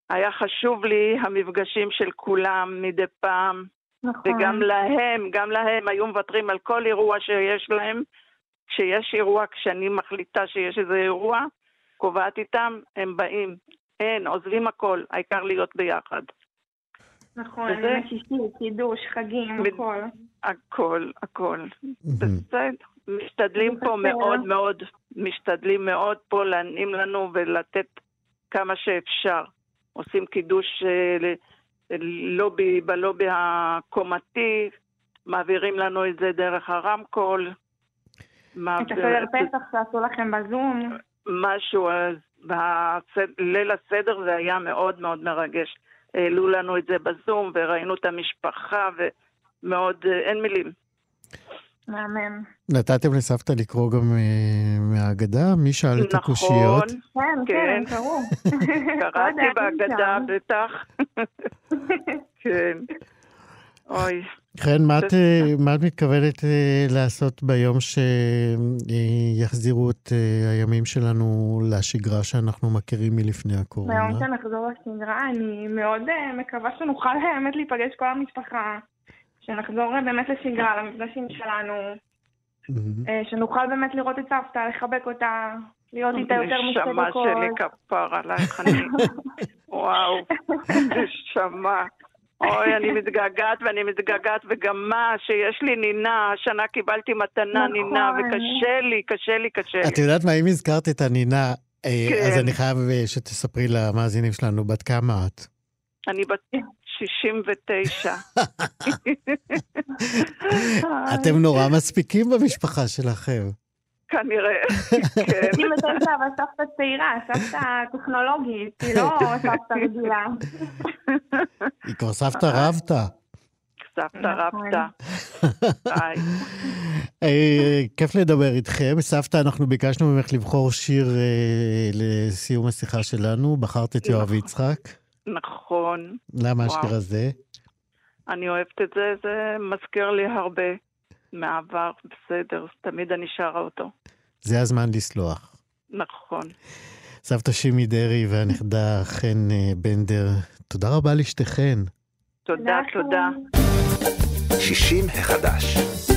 היה חשוב לי המפגשים של כולם מדי פעם, נכון. וגם להם, גם להם היו מוותרים על כל אירוע שיש להם. כשיש אירוע, כשאני מחליטה שיש איזה אירוע, קובעת איתם, הם באים. אין, עוזבים הכל, העיקר להיות ביחד. נכון, ימי שישי, קידוש, חגים, הכל. הכל, הכל. בסדר, משתדלים פה מאוד מאוד, משתדלים מאוד פה להנעים לנו ולתת כמה שאפשר. עושים קידוש לובי, בלובי הקומתי, מעבירים לנו את זה דרך הרמקול. את הסדר פסח שעשו לכם בזום. משהו, ליל הסדר זה היה מאוד מאוד מרגש. העלו לנו את זה בזום וראינו את המשפחה ומאוד, אין מילים. מאמן. נתתם לסבתא לקרוא גם מהאגדה? מי שאל את הקושיות? נכון, כן, כן, קראו. קראתי בהגדה בטח. כן. אוי. כן, מה את מתכוונת לעשות ביום שיחזירו את הימים שלנו לשגרה שאנחנו מכירים מלפני הקורונה? ביום שנחזור לשגרה, אני מאוד מקווה שנוכל באמת להיפגש כל המשפחה, שנחזור באמת לשגרה, למפגשים שלנו, שנוכל באמת לראות את סבתא, לחבק אותה, להיות איתה יותר משתי דקות. נשמה שלי כפר עלייך, אני... וואו, נשמה. אוי, אני מתגעגעת ואני מתגעגעת, וגם מה, שיש לי נינה, השנה קיבלתי מתנה נינה, וקשה לי, קשה לי, קשה לי. את יודעת מה, אם הזכרת את הנינה, אז אני חייב שתספרי למאזינים שלנו, בת כמה את? אני בת שישים ותשע. אתם נורא מספיקים במשפחה שלכם. כנראה, כן. היא מתנתה, אבל סבתא צעירה, סבתא טכנולוגית, היא לא סבתא רגילה. היא כבר סבתא רבתא. סבתא רבתא. כיף לדבר איתכם. סבתא, אנחנו ביקשנו ממך לבחור שיר לסיום השיחה שלנו. בחרת את יואב יצחק. נכון. למה השיר הזה? אני אוהבת את זה, זה מזכיר לי הרבה. מעבר, בסדר, תמיד אני שרה אותו. זה הזמן לסלוח. נכון. סבתא שימי דרי והנכדה חן בנדר, תודה רבה לשתיכן. תודה, תודה. שישים החדש.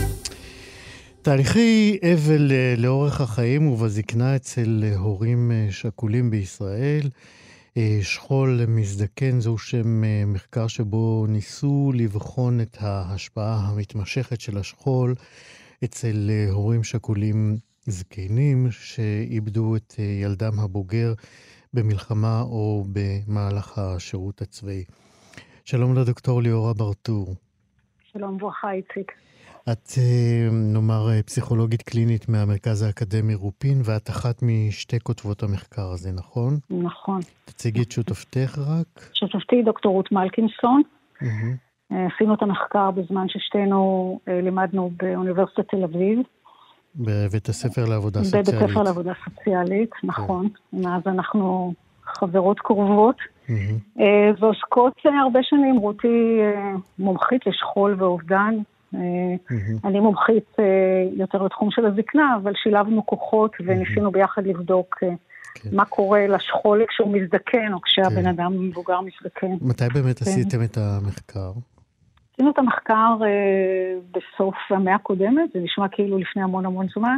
תהליכי אבל לאורך החיים ובזקנה אצל הורים שכולים בישראל. שכול מזדקן זהו שם מחקר שבו ניסו לבחון את ההשפעה המתמשכת של השכול אצל הורים שכולים זקנים שאיבדו את ילדם הבוגר במלחמה או במהלך השירות הצבאי. שלום לדוקטור ליאורה ברטור. שלום וברכה, איציק. את נאמר פסיכולוגית קלינית מהמרכז האקדמי רופין, ואת אחת משתי כותבות המחקר הזה, נכון? נכון. תציגי את שותפתך רק. שותפתי דוקטור רות מלקינסון. עשינו את המחקר בזמן ששתינו לימדנו באוניברסיטת תל אביב. בבית הספר לעבודה סוציאלית. בבית הספר לעבודה סוציאלית, נכון. מאז אנחנו חברות קרובות. ועוסקות הרבה שנים, רותי מומחית לשכול ואובדן. אני מומחית יותר לתחום של הזקנה, אבל שילבנו כוחות וניסינו ביחד לבדוק מה קורה לשכול כשהוא מזדקן או כשהבן אדם מבוגר מזדקן. מתי באמת עשיתם את המחקר? עשינו את המחקר בסוף המאה הקודמת, זה נשמע כאילו לפני המון המון זמן,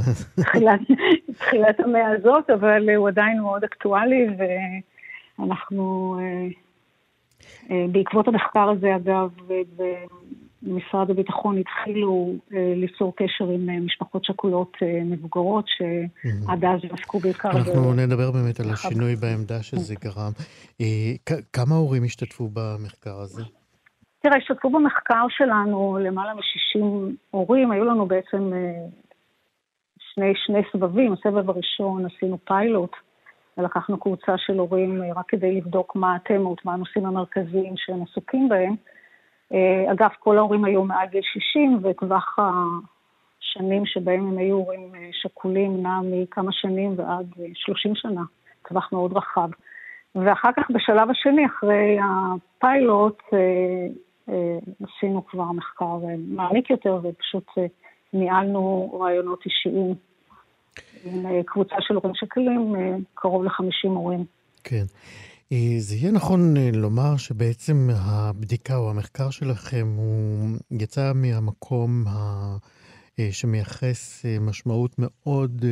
תחילת המאה הזאת, אבל הוא עדיין מאוד אקטואלי, ואנחנו בעקבות המחקר הזה אגב, משרד הביטחון התחילו ליצור קשר עם משפחות שכולות מבוגרות, שעד אז עסקו בעיקר... אנחנו נדבר באמת על השינוי בעמדה שזה גרם. כמה הורים השתתפו במחקר הזה? תראה, השתתפו במחקר שלנו למעלה מ-שישים הורים, היו לנו בעצם שני, שני סבבים. הסבב הראשון עשינו פיילוט, ולקחנו קבוצה של הורים רק כדי לבדוק מה התמות, מה הנושאים המרכזיים שהם עסוקים בהם. אגב, כל ההורים היו מעל גיל שישים, וטווח השנים שבהם הם היו הורים שכולים נע מכמה שנים ועד שלושים שנה, טווח מאוד רחב. ואחר כך בשלב השני, אחרי הפיילוט, עשינו כבר מחקר מעמיק יותר, ופשוט ניהלנו רעיונות אישיים עם קבוצה של הורים שכולים, קרוב ל-חמישים הורים. כן. זה יהיה נכון לומר שבעצם הבדיקה או המחקר שלכם הוא יצא מהמקום שמייחס משמעות מאוד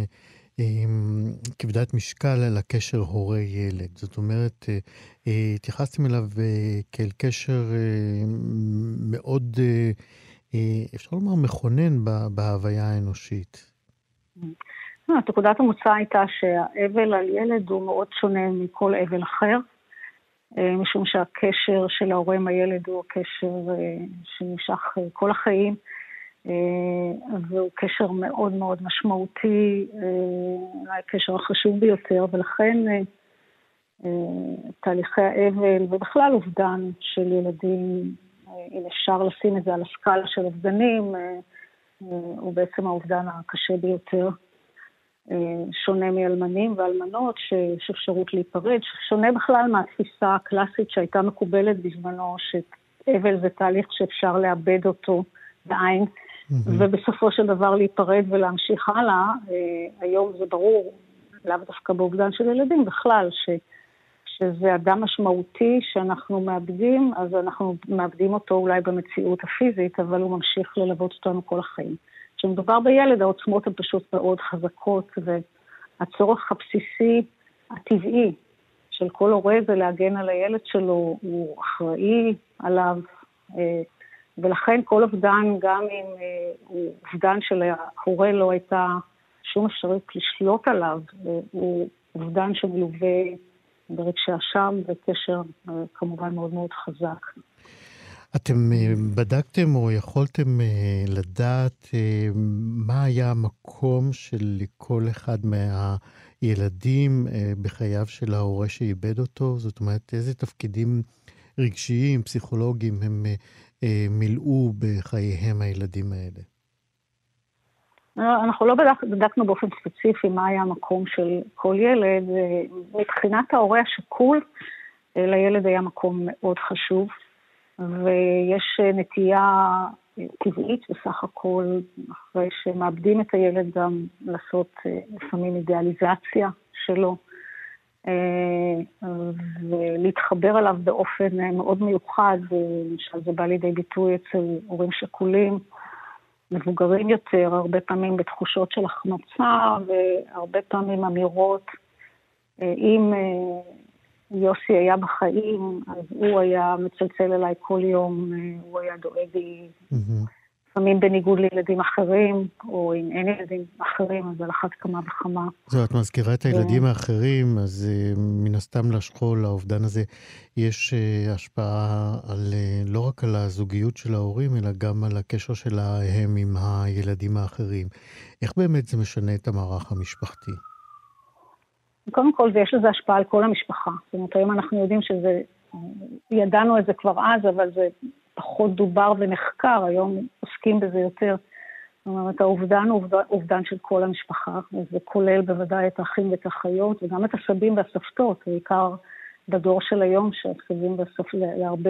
כבדת משקל על הקשר הורי-ילד. זאת אומרת, התייחסתם אליו כאל קשר מאוד, אפשר לומר, מכונן בהוויה האנושית. נקודת המוצא הייתה שהאבל על ילד הוא מאוד שונה מכל אבל אחר, משום שהקשר של ההורה עם הילד הוא קשר שנמשך כל החיים, והוא קשר מאוד מאוד משמעותי, אולי הקשר החשוב ביותר, ולכן תהליכי האבל ובכלל אובדן של ילדים, אם אפשר לשים את זה על הסקאלה של אובדנים, הוא בעצם האובדן הקשה ביותר. שונה מאלמנים ואלמנות שיש אפשרות להיפרד, שונה בכלל מהתפיסה הקלאסית שהייתה מקובלת בזמנו, שאבל זה תהליך שאפשר לאבד אותו בעין, mm-hmm. ובסופו של דבר להיפרד ולהמשיך הלאה. היום זה ברור, לאו דווקא באובדן של ילדים בכלל, ש, שזה אדם משמעותי שאנחנו מאבדים, אז אנחנו מאבדים אותו אולי במציאות הפיזית, אבל הוא ממשיך ללוות אותנו כל החיים. כשמדובר בילד, העוצמות הן פשוט מאוד חזקות, והצורך הבסיסי, הטבעי, של כל הורה זה להגן על הילד שלו, הוא אחראי עליו, ולכן כל אובדן, גם אם הוא אובדן של ההורה לא הייתה שום אפשרות לשלוט עליו, הוא אובדן שמלווה ברגשי אשם וקשר כמובן מאוד מאוד חזק. אתם בדקתם או יכולתם לדעת מה היה המקום של כל אחד מהילדים בחייו של ההורה שאיבד אותו? זאת אומרת, איזה תפקידים רגשיים, פסיכולוגיים הם מילאו בחייהם הילדים האלה? אנחנו לא בדק, בדקנו באופן ספציפי מה היה המקום של כל ילד. מבחינת ההורה השכול, לילד היה מקום מאוד חשוב. ויש נטייה טבעית בסך הכל, אחרי שמאבדים את הילד גם לעשות לפעמים אידיאליזציה שלו, ולהתחבר עליו באופן מאוד מיוחד, למשל זה בא לידי ביטוי אצל הורים שכולים, מבוגרים יותר, הרבה פעמים בתחושות של החמצה, והרבה פעמים אמירות, אם יוסי היה בחיים, אז הוא היה מצלצל אליי כל יום, הוא היה דואג לי, לפעמים בניגוד לילדים אחרים, או אם אין ילדים אחרים, אז על אחת כמה וכמה. זו, את מזכירה את הילדים האחרים, אז מן הסתם לשכול, לאובדן הזה, יש השפעה על, לא רק על הזוגיות של ההורים, אלא גם על הקשר שלהם עם הילדים האחרים. איך באמת זה משנה את המערך המשפחתי? קודם כל, יש לזה השפעה על כל המשפחה. זאת אומרת, היום אנחנו יודעים שזה, ידענו את זה כבר אז, אבל זה פחות דובר ונחקר, היום עוסקים בזה יותר. זאת אומרת, האובדן הוא אובדן של כל המשפחה, וזה כולל בוודאי את האחים ואת האחיות, וגם את הסבים והסבתות, בעיקר בדור של היום, שהסבים והסבתות, להרבה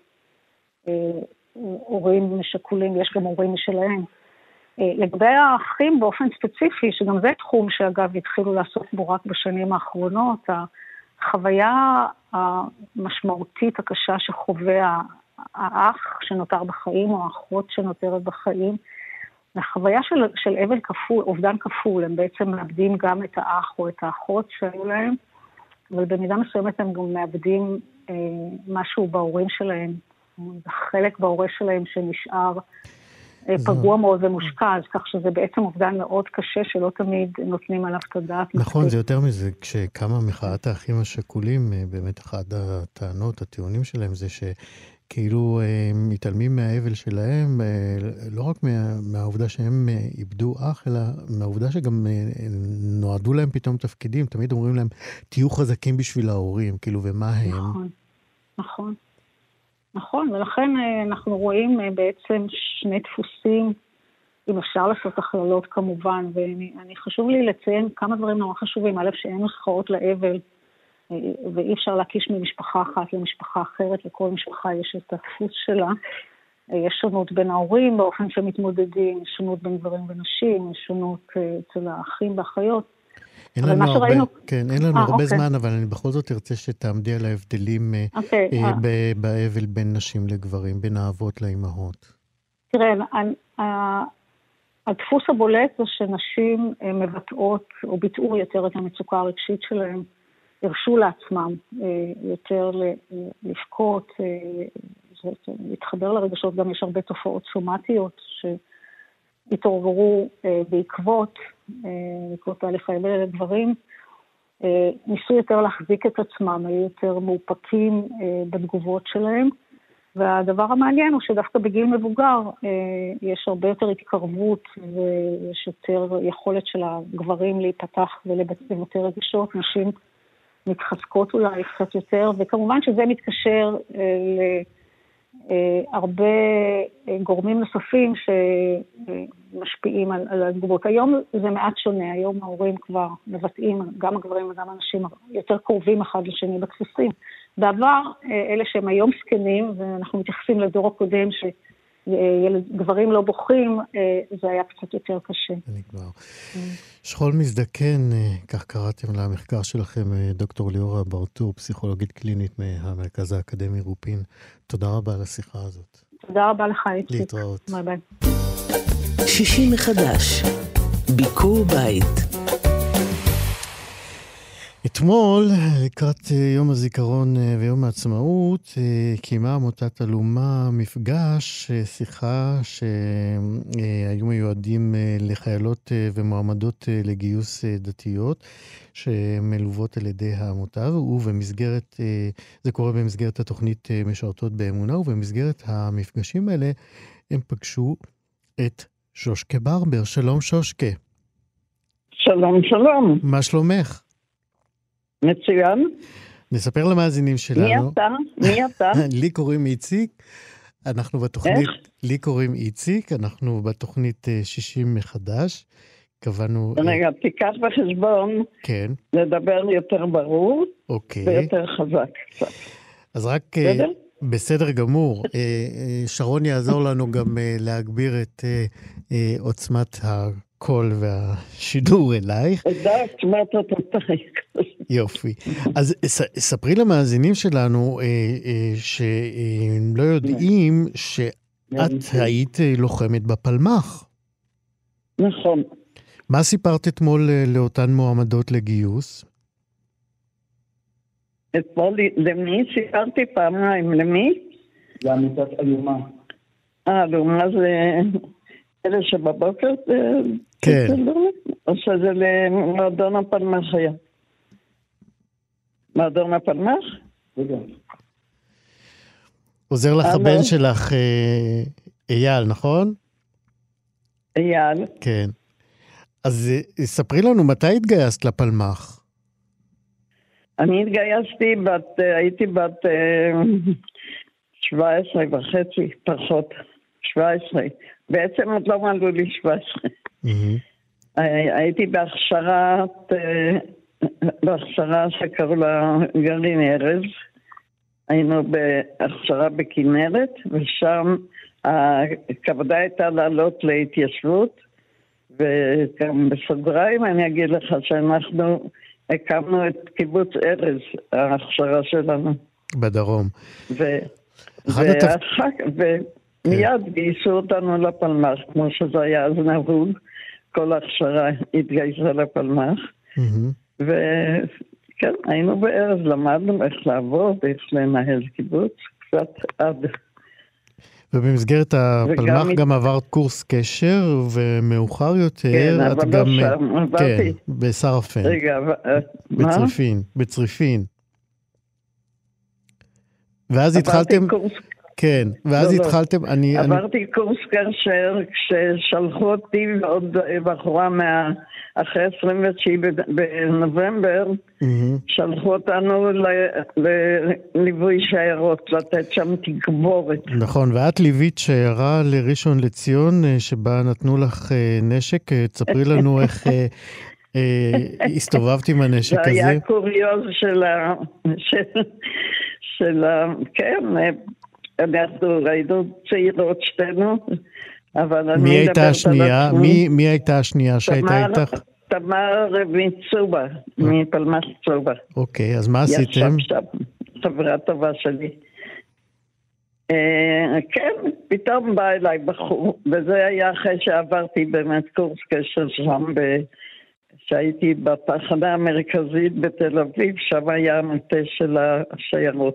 אה, הורים משכולים, יש גם הורים משלהם. לגבי האחים באופן ספציפי, שגם זה תחום שאגב התחילו לעשות בו רק בשנים האחרונות, החוויה המשמעותית הקשה שחווה האח שנותר בחיים או האחות שנותרת בחיים, החוויה של, של אבל כפול, אובדן כפול, הם בעצם מאבדים גם את האח או את האחות שהיו להם, אבל במידה מסוימת הם גם מאבדים אה, משהו בהורים שלהם, חלק בהורה שלהם שנשאר פגוע מאוד ומושקע, אז כך שזה בעצם אובדן מאוד קשה שלא תמיד נותנים עליו את הדעת. נכון, זה יותר מזה, כשקמה מחאת האחים השכולים, באמת אחד הטענות, הטיעונים שלהם זה שכאילו מתעלמים מהאבל שלהם, לא רק מהעובדה שהם איבדו אח, אלא מהעובדה שגם נועדו להם פתאום תפקידים, תמיד אומרים להם, תהיו חזקים בשביל ההורים, כאילו, ומה הם? נכון, נכון. נכון, ולכן אנחנו רואים בעצם שני דפוסים, אם אפשר לעשות הכללות כמובן, ואני חשוב לי לציין כמה דברים נורא חשובים, א' שאין נוסחאות לאבל, ואי אפשר להקיש ממשפחה אחת למשפחה אחרת, לכל משפחה יש את הדפוס שלה, יש שונות בין ההורים באופן שמתמודדים, יש שונות בין גברים ונשים, יש שונות אצל האחים והאחיות, אין לנו הרבה, שראינו... כן, אין לנו 아, הרבה אוקיי. זמן, אבל אני בכל זאת ארצה שתעמדי על ההבדלים אוקיי, אה, אה. באבל בין נשים לגברים, בין האבות לאמהות. תראה, הדפוס הבולט זה שנשים מבטאות או ביטאו יותר את המצוקה הרגשית שלהם, הרשו לעצמם יותר לפקות, להתחבר לרגשות, גם יש הרבה תופעות סומטיות שהתעוררו בעקבות, בעקבות תהליך האבל לגברים, ניסו יותר להחזיק את עצמם, היו יותר מאופקים בתגובות שלהם, והדבר המעניין הוא שדווקא בגיל מבוגר יש הרבה יותר התקרבות ויש יותר יכולת של הגברים להיפתח ולבצע יותר רגשות, נשים מתחזקות אולי קצת יותר, וכמובן שזה מתקשר להרבה גורמים נוספים שמשפיעים על, על התגובות. היום זה מעט שונה, היום ההורים כבר מבטאים, גם הגברים וגם הנשים יותר קרובים אחד לשני בדפוסים. בעבר, אלה שהם היום סקנים, ואנחנו מתייחסים לדור הקודם שגברים לא בוכים, זה היה קצת יותר קשה. אני כבר. שכול מזדקן, כך קראתם למחקר שלכם, דוקטור ליאורה ברטור, פסיכולוגית קלינית מהמרכז האקדמי רופין. תודה רבה על השיחה הזאת. תודה רבה לך, איציק. להתראות. ביי ביי. שישי מחדש, ביקור בית. אתמול, לקראת יום הזיכרון ויום העצמאות, קיימה עמותת אלומה מפגש, שיחה שהיו מיועדים לחיילות ומועמדות לגיוס דתיות, שמלוות על ידי העמותה, ובמסגרת, זה קורה במסגרת התוכנית משרתות באמונה, ובמסגרת המפגשים האלה הם פגשו את שושקה ברבר. שלום שושקה. שלום שלום. מה שלומך? מצוין. נספר למאזינים שלנו. מי אתה? מי אתה? לי קוראים איציק. אנחנו בתוכנית... איך? לי קוראים איציק. אנחנו בתוכנית שישים מחדש. קבענו... רגע, תיקח בחשבון. כן. לדבר יותר ברור. אוקיי. ויותר חזק. אז רק... בסדר? בסדר גמור. שרון יעזור לנו גם להגביר את עוצמת ה... קול והשידור אלייך. יודעת, מה אתה תתחיק. יופי. אז ספרי למאזינים שלנו שהם לא יודעים שאת היית לוחמת בפלמ"ח. נכון. מה סיפרת אתמול לאותן מועמדות לגיוס? אתמול למי סיפרתי פעמיים? למי? לעמותת אלומה. אה, אלומה זה... אלה שבבוקר... כן. או שזה למועדון הפלמ"ח היה. מועדון הפלמ"ח? רגע. עוזר לך הבן שלך אייל, נכון? אייל. כן. אז ספרי לנו, מתי התגייסת לפלמ"ח? אני התגייסתי, בת, הייתי בת שבע עשרה וחצי, פחות. שבע עשרה. בעצם עוד לא מלאו לי שבע עשרה. הייתי בהכשרה, בהכשרה שקראו לה גרעין ארז. היינו בהכשרה בכנרת, ושם הכוונה הייתה לעלות להתיישבות, וגם בסדריים אני אגיד לך שאנחנו הקמנו את קיבוץ ארז, ההכשרה שלנו. בדרום. ואחר כך... מיד גייסו אותנו לפלמ"ח, כמו שזה היה אז נהוג, כל ההכשרה התגייסה לפלמ"ח, וכן, היינו בארז, למדנו איך לעבוד, איך לנהל קיבוץ, קצת עד. ובמסגרת הפלמ"ח גם עברת קורס קשר, ומאוחר יותר, את גם... כן, בסרפן. רגע, מה? בצריפין, בצריפין. ואז התחלתם... כן, ואז לא, התחלתם... לא. אני, עברתי אני... קורס קשר כששלחו אותי ועוד בחורה מה... אחרי עשרים ותשעה בנובמבר, mm-hmm. שלחו אותנו לליווי שיירות, לתת שם תגבורת. נכון, ואת ליווית שיירה לראשון לציון, שבה נתנו לך נשק, תספרי לנו איך הסתובבת עם הנשק הזה. זה היה קוריוז של ה... של ה... כן, אנחנו ראינו צעירות שתינו, אבל אני מדברת על עצמי. מי, מי הייתה השנייה שהייתה איתך? תמר מצובה, מפלמ"ח צובה. אוקיי, אז מה עשיתם? ישב שם, חברה טובה שלי. כן, פתאום בא אליי בחור, וזה היה אחרי שעברתי באמת קורס קשר שם, שהייתי בתחנה המרכזית בתל אביב, שם היה המטה של השיירות.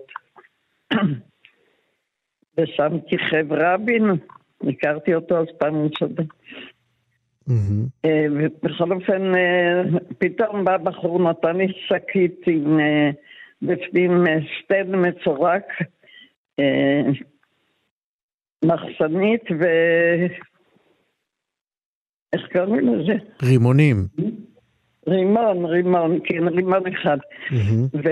ושם כיכב רבין, הכרתי אותו אז פעם ראשונה. ובכל אופן, פתאום בא בחור, נתן לי שקית עם בפנים סטנד מצורק, מחסנית ו... איך קוראים לזה? רימונים. רימון, רימון, כן, רימון אחד. ו...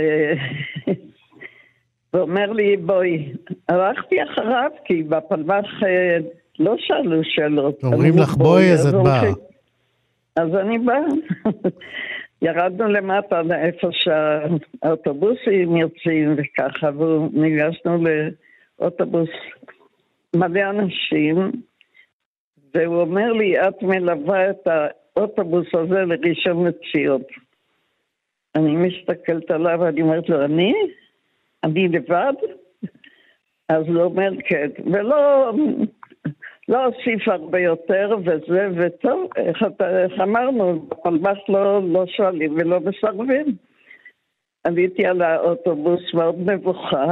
ואומר לי, בואי, הלכתי אחריו, כי בפלמ"ח לא שאלו שאלות. אומרים לך בואי, אז את באה. אז אני באה. ירדנו למטה לאיפה שהאוטובוסים יוצאים וככה, וניגשנו לאוטובוס מלא אנשים, והוא אומר לי, את מלווה את האוטובוס הזה לראשון לציון. אני מסתכלת עליו ואני אומרת לו, אני? אני לבד? אז הוא אומר כן, ולא לא הוסיף הרבה יותר וזה וטוב, איך, איך אמרנו, בפלמ"ח לא, לא שואלים ולא מסרבים. עליתי על האוטובוס מאוד מבוכה,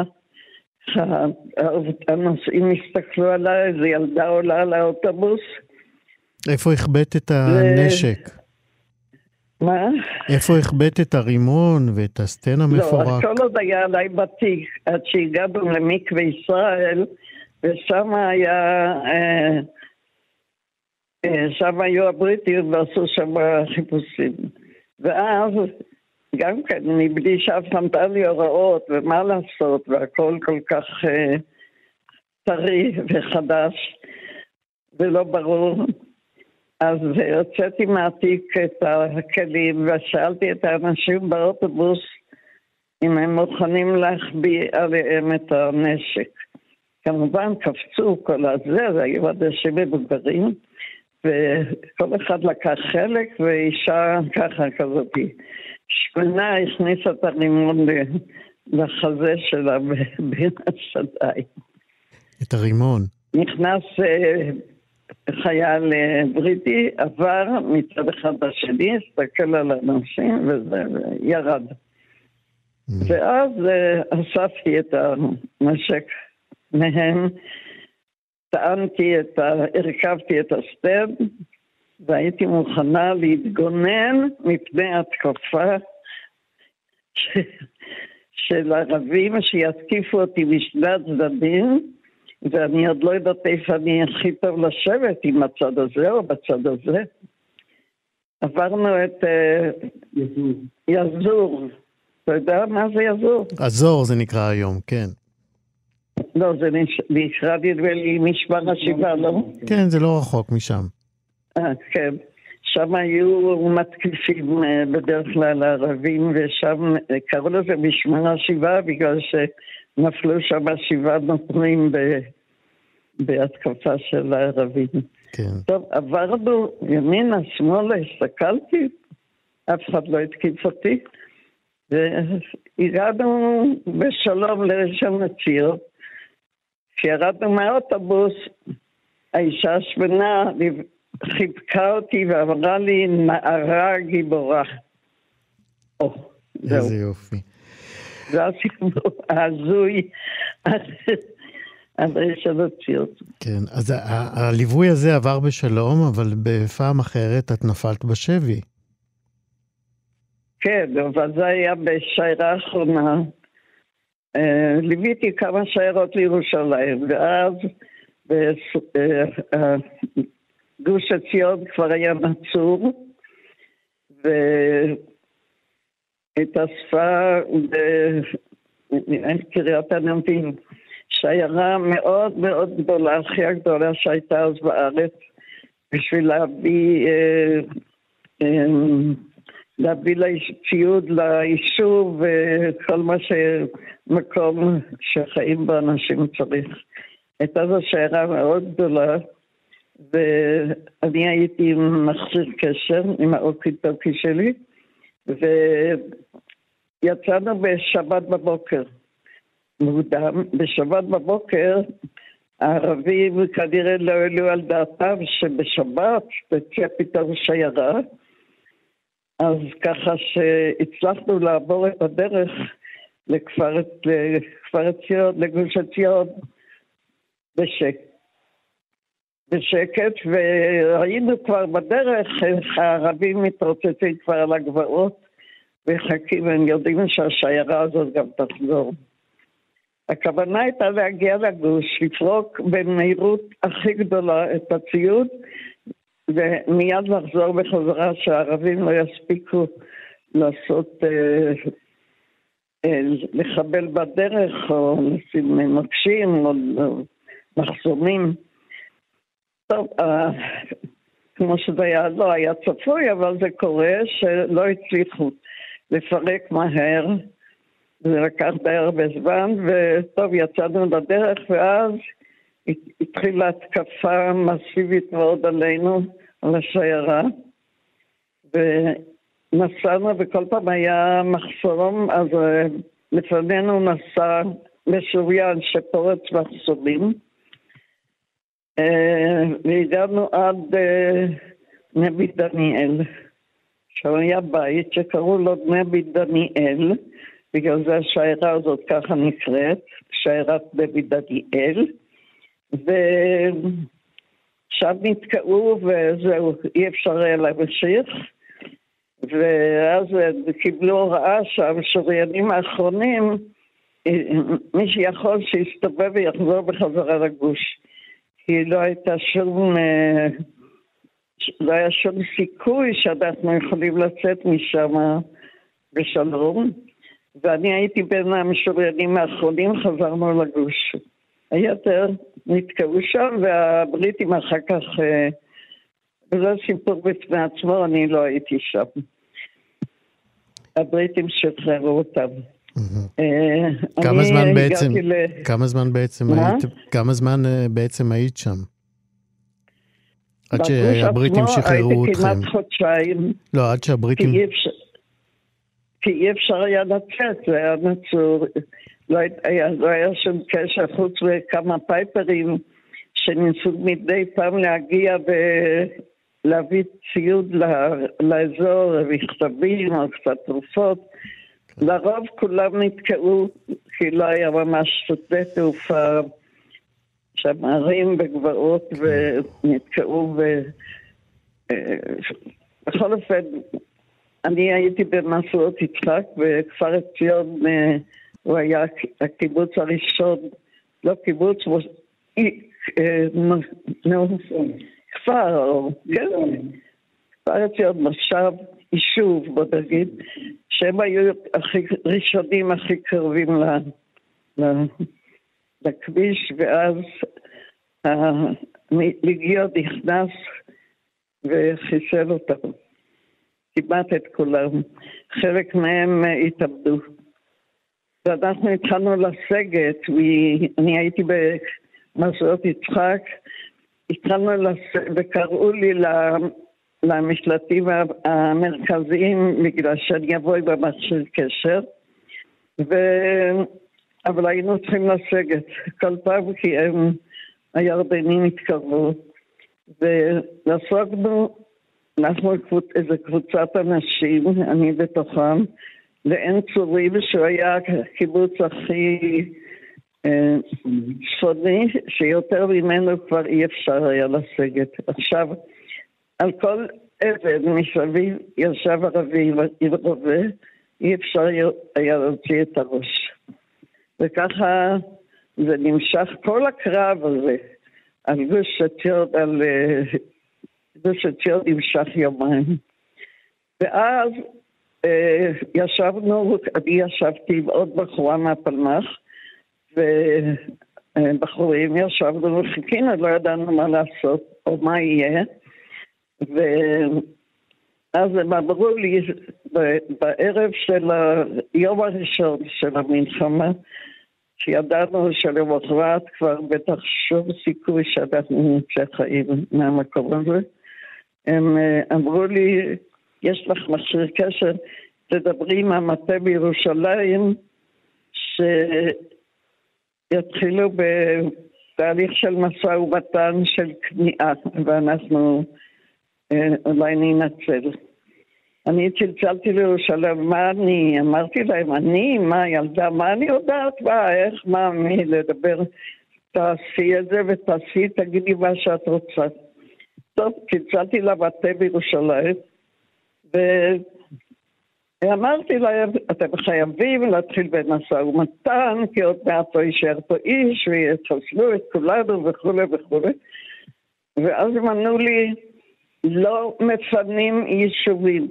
הנוסעים הסתכלו עליי, איזו ילדה עולה על האוטובוס. איפה הכבאת את הנשק? מה? איפה הכבאת את הרימון ואת הסטן המפורק? לא, הכל עוד היה עליי בתיק, עד שהגענו למקווה ישראל, ושם היה, אה, אה, שם היו הבריטים ועשו שם חיפושים. ואז, גם כן, מבלי שאף נתן לי הוראות ומה לעשות, והכל כל כך אה, טרי וחדש ולא ברור. אז הוצאתי מהתיק את הכלים ושאלתי את האנשים באוטובוס אם הם מוכנים להחביא עליהם את הנשק. כמובן קפצו כל הזה, זה היו אנשים מבוגרים, וכל אחד לקח חלק, ואישה ככה כזאת, שמנה הכניסה את הרימון לחזה שלה בין השדיים. את הרימון? נכנס חייל בריטי, עבר מצד אחד לשני, הסתכל על האנשים וזה, וירד. ואז אספתי את הנשק מהם, טענתי את ה... הרכבתי את הסטנד, והייתי מוכנה להתגונן מפני התקפה ש... של ערבים שיתקיפו אותי משני הצדדים, ואני עוד לא יודעת איפה אני הכי טוב לשבת, עם הצד הזה או בצד הזה. עברנו את יזור. יזור. אתה יודע מה זה יזור? אזור זה נקרא היום, כן. לא, זה נקרא לי משמר השבעה, לא? כן, זה לא רחוק משם. אה, כן. שם היו מתקיפים בדרך כלל הערבים, ושם קראו לזה משמר השבעה, בגלל שנפלו שם שבעה נותרים ב... בהתקפה של הערבים. כן. טוב, עברנו ימינה, שמאלה, הסתכלתי, אף אחד לא התקיף אותי, והגענו בשלום לראשון לציון. כשירדנו מהאוטובוס, האישה השמנה חיבקה אותי ואמרה לי, נערה גיבורה. או, זהו. איזה יופי. זה הסיפור הזוי. כן, אז הליווי הזה עבר בשלום, אבל בפעם אחרת את נפלת בשבי. כן, אבל זה היה בשיירה האחרונה. ליוויתי כמה שיירות לירושלים, ואז גוש עציון כבר היה נצור, והתאספה בקריית ענבים. שיירה מאוד מאוד גדולה, הכי הגדולה שהייתה אז בארץ, בשביל להביא, אה, אה, להביא ציוד ליישוב וכל מה שמקום שחיים באנשים צריך. הייתה זו שיירה מאוד גדולה, ואני הייתי עם מכשיר קשר, עם האוקי-טוקי שלי, ויצאנו בשבת בבוקר. מוקדם, בשבת בבוקר, הערבים כנראה לא העלו על דעתם שבשבת תצא פתאום שיירה, אז ככה שהצלחנו לעבור את הדרך לכפר, לכפר ציון, לגוש עציון, בשקט. בשקט, וראינו כבר בדרך איך הערבים מתרוצצים כבר על הגבעות וחכים, הם יודעים שהשיירה הזאת גם תחזור. הכוונה הייתה להגיע לגוש, לפרוק במהירות הכי גדולה את הציוד, ומיד לחזור בחזרה שהערבים לא יספיקו לעשות, אה, אה, לחבל בדרך או לשים מקשים או מחסומים. טוב, אה, כמו שזה היה, לא היה צפוי, אבל זה קורה שלא הצליחו לפרק מהר, זה לקח די הרבה זמן, וטוב, יצאנו לדרך, ואז התחילה התקפה מסיבית מאוד עלינו, על השיירה, ונסענו, וכל פעם היה מחסום, אז לפנינו נסע משוריין שפורץ מחסומים, והגענו עד נבי דניאל. שם היה בית שקראו לו נבי דניאל, בגלל זה השיירה הזאת ככה נקראת, שיירת נבי דניאל, ושם נתקעו וזהו, אי אפשר היה להמשיך, ואז קיבלו הוראה שם, שוריינים האחרונים, מי שיכול שיסתובב ויחזור בחזרה לגוש. כי לא הייתה שום, לא היה שום סיכוי שאנחנו יכולים לצאת משם בשלום. ואני הייתי בין המשוריינים האחרונים, חזרנו לגוש. היותר נתקעו שם, והבריטים אחר כך, וזה סיפור בפני עצמו, אני לא הייתי שם. הבריטים שחררו אותם. כמה זמן בעצם, כמה זמן בעצם היית, כמה זמן בעצם היית שם? עד שהבריטים שחררו אתכם. כמעט חודשיים. לא, עד שהבריטים... כי אי אפשר היה לצאת, זה היה נצור, לא היה, לא היה שום קשר חוץ וכמה פייפרים שניסו מדי פעם להגיע ולהביא ציוד לאזור, מכתבים או קצת תרופות. לרוב כולם נתקעו, כי לא היה ממש שדה תעופה, שם ערים בגבעות ונתקעו, ובכל אופן, אני הייתי במסעות יצחק, בכפר ציון, הוא היה הקיבוץ הראשון, לא קיבוץ, כפר, כפר ציון, מושב, יישוב, בוא נגיד, שהם היו הכי ראשונים, הכי קרבים לכביש, ואז הלגיון נכנס וחיסל אותם. כמעט את כולם. חלק מהם התאבדו. ואנחנו התחלנו לסגת, ואני הייתי במסעות יצחק, התחלנו לסגת, וקראו לי למשלטים המרכזיים, בגלל שאני אבוא במכשיר קשר, ו... אבל היינו צריכים לסגת כל פעם, כי הם, הירדנים התקרבו, ולסגנו, אנחנו איזו קבוצת אנשים, אני בתוכם, לעין צורים, שהוא היה הקיבוץ הכי אה, צפוני, שיותר ממנו כבר אי אפשר היה לסגת. עכשיו, על כל אבן מסביב ישב ערבי עם רובה, אי אפשר היה להוציא את הראש. וככה זה נמשך כל הקרב הזה, על גוש עציון, על... גוש עציון נמשך יומיים. ואז אה, ישבנו, אני ישבתי עם עוד בחורה מהפלמ"ח, ובחורים ישבנו וחיכינו, לא ידענו מה לעשות או מה יהיה. ואז הם אמרו לי, בערב של היום הראשון של המלחמה, שידענו שלמחרת כבר בטח שום סיכוי שאנחנו נצא חיים מהמקום הזה. הם אמרו לי, יש לך מכשיר קשר, תדברי עם המטה בירושלים, שיתחילו בתהליך של משא ומתן של כניעה, ואנחנו אולי ננצל. אני צלצלתי לירושלים, מה אני? אמרתי להם, אני? מה ילדה? מה אני יודעת? מה, איך, מה, מי לדבר? תעשי את זה ותעשי, תגידי מה שאת רוצה. טוב, צלצלתי למטה בירושלים, ואמרתי להם, אתם חייבים להתחיל במשא ומתן, כי עוד מעט לא יישאר פה איש, ויתחסלו את כולנו וכו' וכו'. ואז הם אמרו לי, לא מפנים יישובים.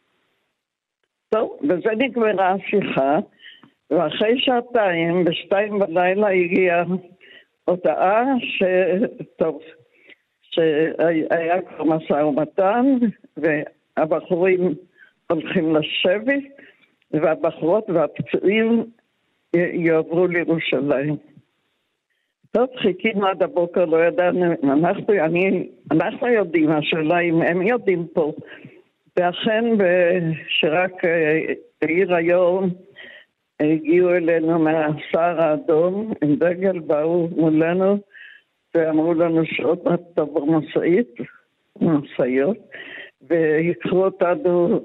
טוב, וזה נגמרה השיחה, ואחרי שעתיים, בשתיים בלילה הגיעה הודעה ש... טוב, שהיה כבר משא ומתן, והבחורים הולכים לשבי, והבחורות והפצועים יעברו לירושלים. טוב, חיכינו עד הבוקר, לא ידענו, אנחנו, אני, אנחנו יודעים, השאלה אם הם יודעים פה. ואכן, שרק העיר היום, הגיעו אלינו מהסהר האדום, עם דגל, באו מולנו, ואמרו לנו שעוד מעט תעבור משאית, משאיות, ויקחו אותנו,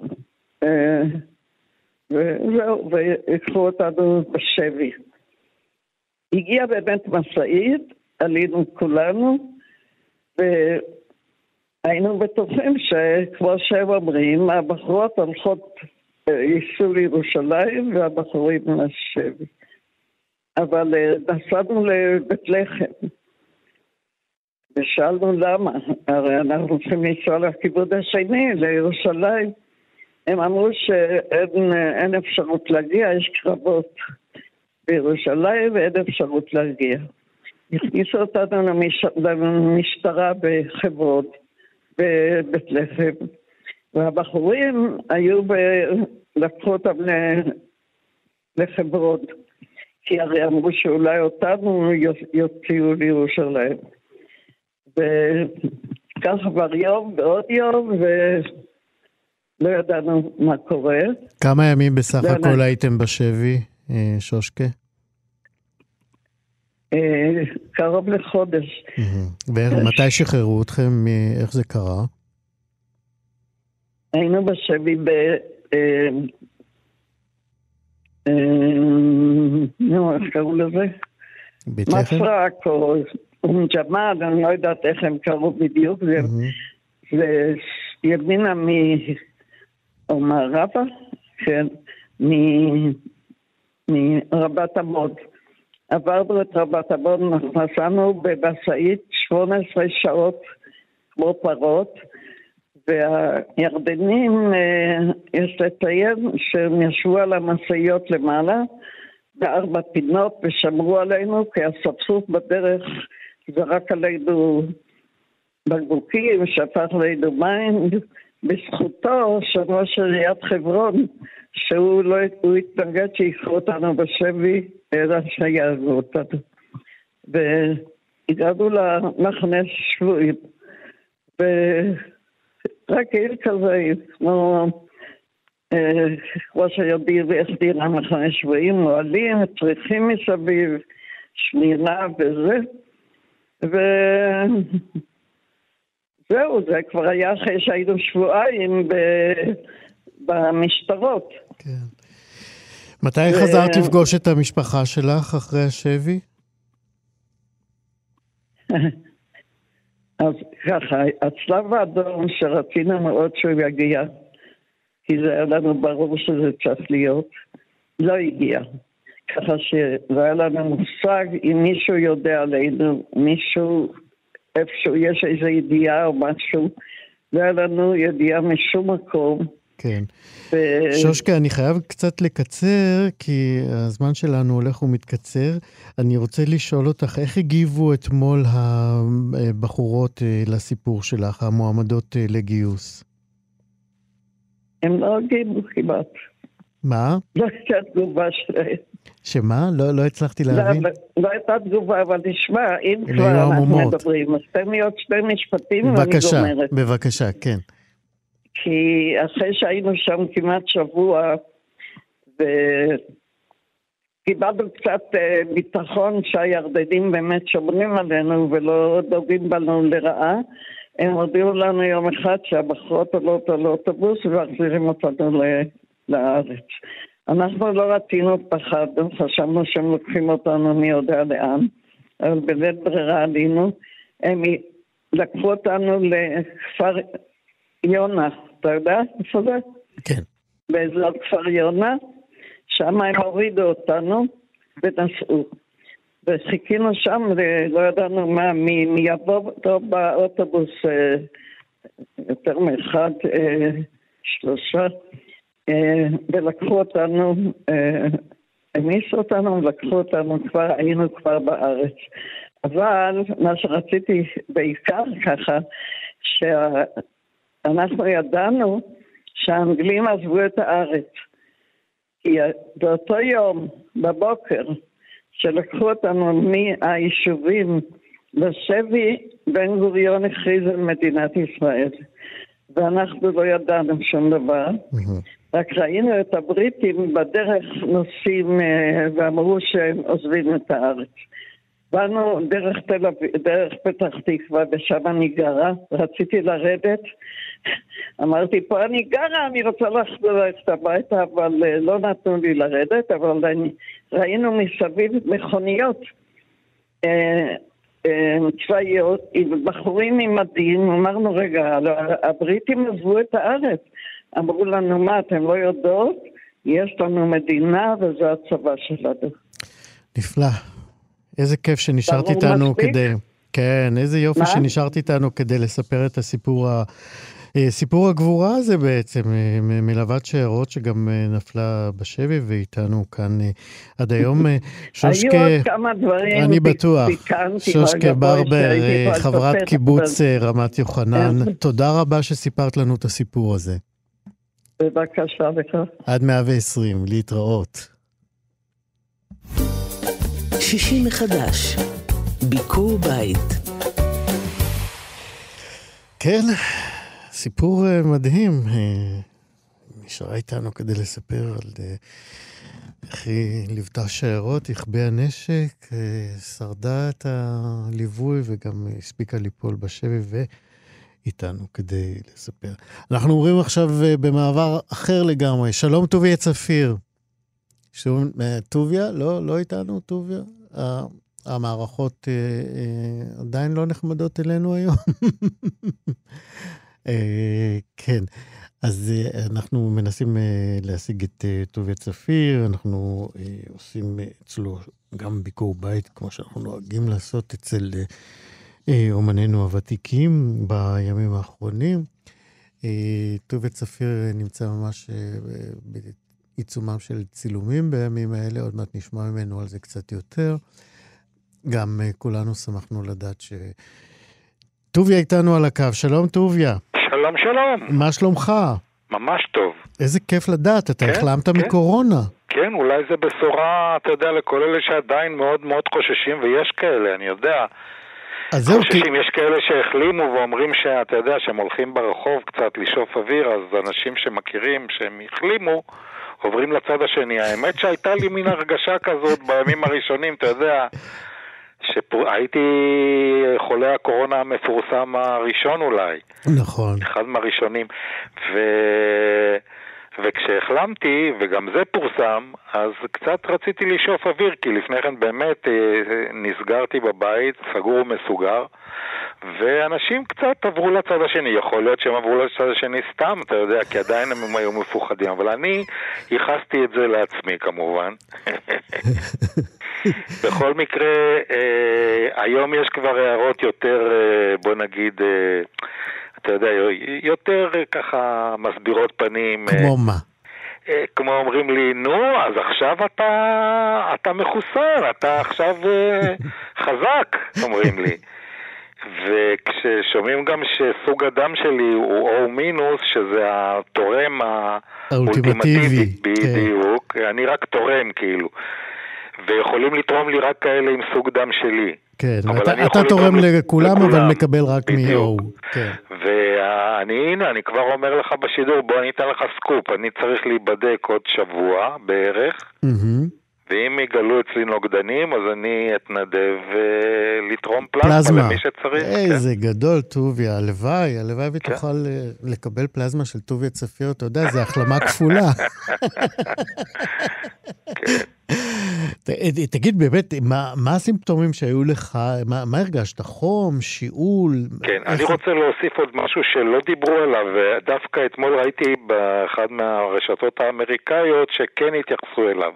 וזהו, ויקחו אותנו בשבי. הגיע באמת משאית, עלינו כולנו, והיינו בטוחים שכמו שהם אומרים, הבחורות הולכות, ייסעו לירושלים, והבחורים לשבי. אבל נסענו לבית לחם, ושאלנו למה, הרי אנחנו צריכים לנסוע לכיוון השני, לירושלים. הם אמרו שאין אפשרות להגיע, יש קרבות. בירושלים ואין אפשרות להגיע. הכניסו אותנו למש... למשטרה בחברון, בבית לחם, והבחורים היו ב... לקחו אותם ל... לחברון, כי הרי אמרו שאולי אותנו יוציאו לירושלים. וכך עבר יום ועוד יום, ולא ידענו מה קורה. כמה ימים בסך הכל הייתם בשבי? שושקה? קרוב לחודש. ומתי שחררו אתכם? איך זה קרה? היינו בשבי ב... נו, איך קראו לזה? מפרק או ג'מאד, אני לא יודעת איך הם קראו בדיוק. זה ימינה או מערבה, כן, מ... מרבת עמוד. עברנו את רבת עמוד, נסענו במשאית שמונה עשרה שעות כמו פרות, והירדנים, יש לציין שהם ישבו על המשאיות למעלה, בארבע פינות, ושמרו עלינו, כי הספסוף בדרך זרק עלינו בקבוקים, ושפך עלינו מים, בזכותו של ראש עיריית חברון, שהוא לא, הוא התנגד שיקחו אותנו בשבי, אלא שיעזבו אותנו. והגענו למחנה שבועים, ורק עיר כזה, כמו ראש היודיר והחדיר המחנה שבועים, מועלים, צריכים מסביב, שמירה וזה, וזהו, זה כבר היה אחרי שהיינו שבועיים ב... במשטרות. כן. מתי חזרת לפגוש את המשפחה שלך אחרי השבי? אז ככה, הצלב האדום שרצינו מאוד שהוא יגיע, כי זה היה לנו ברור שזה צריך להיות, לא הגיע. ככה שלא היה לנו מושג אם מישהו יודע עלינו, מישהו, איפשהו יש איזו ידיעה או משהו, לא היה לנו ידיעה משום מקום. כן. שושקה, אני חייב קצת לקצר, כי הזמן שלנו הולך ומתקצר. אני רוצה לשאול אותך, איך הגיבו אתמול הבחורות לסיפור שלך, המועמדות לגיוס? הם לא הגיבו כמעט. מה? לא הייתה תגובה שלהם. שמה? לא, לא הצלחתי להבין. לא, לא הייתה תגובה, אבל תשמע, אם כבר אנחנו מדברים, אז תן לי עוד שני משפטים ואני גומרת. בבקשה, כן. כי אחרי שהיינו שם כמעט שבוע, וקיבלנו קצת ביטחון שהירדנים באמת שומרים עלינו ולא דוגים בנו לרעה, הם הודיעו לנו יום אחד שהבחורות עולות על אוטובוס ומחזירים אותנו לארץ. אנחנו לא רצינו פחד, חשבנו שהם לוקחים אותנו מי יודע לאן, אבל בלית ברירה עלינו, הם לקחו אותנו לכפר יונה, אתה יודע איפה זה? כן. באזור כפר יונה, שם הם הורידו אותנו ונסעו. וחיכינו שם, ולא ידענו מה, מי, מי יבוא טוב באוטובוס אה, יותר מאחד, אה, שלושה, אה, ולקחו אותנו, אה, המיסו אותנו, ולקחו אותנו, כבר היינו כבר בארץ. אבל מה שרציתי בעיקר ככה, שאנחנו ידענו שהאנגלים עזבו את הארץ. כי באותו יום, בבוקר, שלקחו אותנו מהיישובים לשבי, בן גוריון הכריז על מדינת ישראל. ואנחנו לא ידענו שום דבר. רק ראינו את הבריטים בדרך נוסעים ואמרו שהם עוזבים את הארץ. באנו דרך תל אביב, דרך פתח תקווה, ושם אני גרה, רציתי לרדת. אמרתי, פה אני גרה, אני רוצה לחזור ללכת הביתה, אבל לא נתנו לי לרדת, אבל אני, ראינו מסביב מכוניות אה, אה, צבאיות, בחורים עם מדים, אמרנו, רגע, הבריטים עזבו את הארץ. אמרו לנו, מה, אתם לא יודעות? יש לנו מדינה, וזה הצבא שלנו. נפלא. איזה כיף שנשארת איתנו מספיק? כדי... כן, איזה יופי מה? שנשארת איתנו כדי לספר את הסיפור ה... סיפור הגבורה הזה בעצם, מלוות שיירות שגם נפלה בשבי ואיתנו כאן עד היום. שושקה, היו עוד כמה דברים, אני בטוח, שושקה ברבר, חברת קיבוץ רמת יוחנן, תודה רבה שסיפרת לנו את הסיפור הזה. בבקשה לך. עד מאה ועשרים, להתראות. שישי מחדש, ביקור בית. כן, סיפור מדהים. נשארה איתנו כדי לספר על איך היא ליוותה שיירות, החביאה נשק, שרדה את הליווי וגם הספיקה ליפול בשבי ואיתנו כדי לספר. אנחנו אומרים עכשיו במעבר אחר לגמרי. שלום טוביה צפיר. שום, טוביה? לא, לא איתנו טוביה? המערכות עדיין לא נחמדות אלינו היום. כן, אז אנחנו מנסים להשיג את טוביה צפיר, אנחנו עושים אצלו גם ביקור בית, כמו שאנחנו נוהגים לעשות אצל אומנינו הוותיקים בימים האחרונים. טוביה צפיר נמצא ממש בעיצומם של צילומים בימים האלה, עוד מעט נשמע ממנו על זה קצת יותר. גם כולנו שמחנו לדעת ש... טוביה איתנו על הקו, שלום טוביה. שלום שלום. מה שלומך? ממש טוב. איזה כיף לדעת, אתה כן, החלמת כן. מקורונה. כן, אולי זה בשורה, אתה יודע, לכל אלה שעדיין מאוד מאוד חוששים, ויש כאלה, אני יודע. אז זהו, חוששים, כי... יש כאלה שהחלימו ואומרים שאתה יודע, שהם הולכים ברחוב קצת לשאוף אוויר, אז אנשים שמכירים, שהם החלימו, עוברים לצד השני. האמת שהייתה לי מין הרגשה כזאת בימים הראשונים, אתה יודע, שהייתי חולה הקורונה המפורסם הראשון אולי. נכון. אחד מהראשונים. ו... וכשהחלמתי, וגם זה פורסם, אז קצת רציתי לשאוף אוויר, כי לפני כן באמת נסגרתי בבית, סגור ומסוגר, ואנשים קצת עברו לצד השני. יכול להיות שהם עברו לצד השני סתם, אתה יודע, כי עדיין הם היו מפוחדים, אבל אני ייחסתי את זה לעצמי כמובן. בכל מקרה, אה, היום יש כבר הערות יותר, אה, בוא נגיד, אה, אתה יודע, יותר אה, ככה מסבירות פנים. כמו אה, מה? אה, כמו אומרים לי, נו, אז עכשיו אתה, אתה מחוסר, אתה עכשיו אה, חזק, אומרים לי. וכששומעים גם שסוג הדם שלי הוא או מינוס, שזה התורם האולטימטיבי, בדיוק, אני רק תורם כאילו. ויכולים לתרום לי רק כאלה עם סוג דם שלי. כן, אתה, אתה תורם לכולם, לכולם, אבל מקבל רק מ-O. כן. ואני, הנה, אני כבר אומר לך בשידור, בוא אני אתן לך סקופ, אני צריך להיבדק עוד שבוע בערך, mm-hmm. ואם יגלו אצלי נוגדנים, אז אני אתנדב uh, לתרום פלזמה, פלזמה למי שצריך. איזה כן. גדול, טוביה, הלוואי, הלוואי ותוכל כן. לקבל פלזמה של טוביה צפיר, אתה יודע, זה החלמה כפולה. כן. תגיד באמת, מה, מה הסימפטומים שהיו לך, מה, מה הרגשת? חום, שיעול? כן, איך... אני רוצה להוסיף עוד משהו שלא דיברו עליו, ודווקא אתמול ראיתי באחד מהרשתות האמריקאיות שכן התייחסו אליו.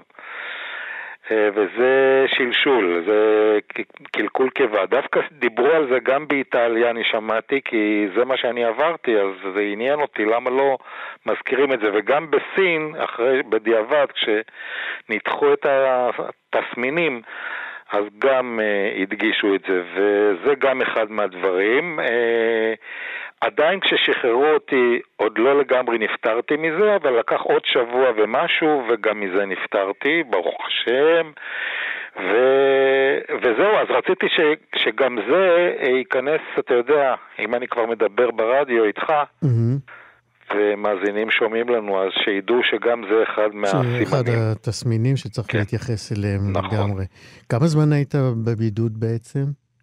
וזה שלשול, זה קלקול קיבה. דווקא דיברו על זה גם באיטליה, אני שמעתי, כי זה מה שאני עברתי, אז זה עניין אותי, למה לא מזכירים את זה. וגם בסין, אחרי, בדיעבד, כשניתחו את התסמינים, אז גם uh, הדגישו את זה, וזה גם אחד מהדברים. Uh, עדיין כששחררו אותי, עוד לא לגמרי נפטרתי מזה, אבל לקח עוד שבוע ומשהו, וגם מזה נפטרתי, ברוך השם. ו... וזהו, אז רציתי ש... שגם זה ייכנס, אתה יודע, אם אני כבר מדבר ברדיו איתך, mm-hmm. ומאזינים שומעים לנו, אז שידעו שגם זה אחד מהסימנים. אחד התסמינים שצריך כן. להתייחס אליהם נכון. לגמרי. כמה זמן היית בבידוד בעצם?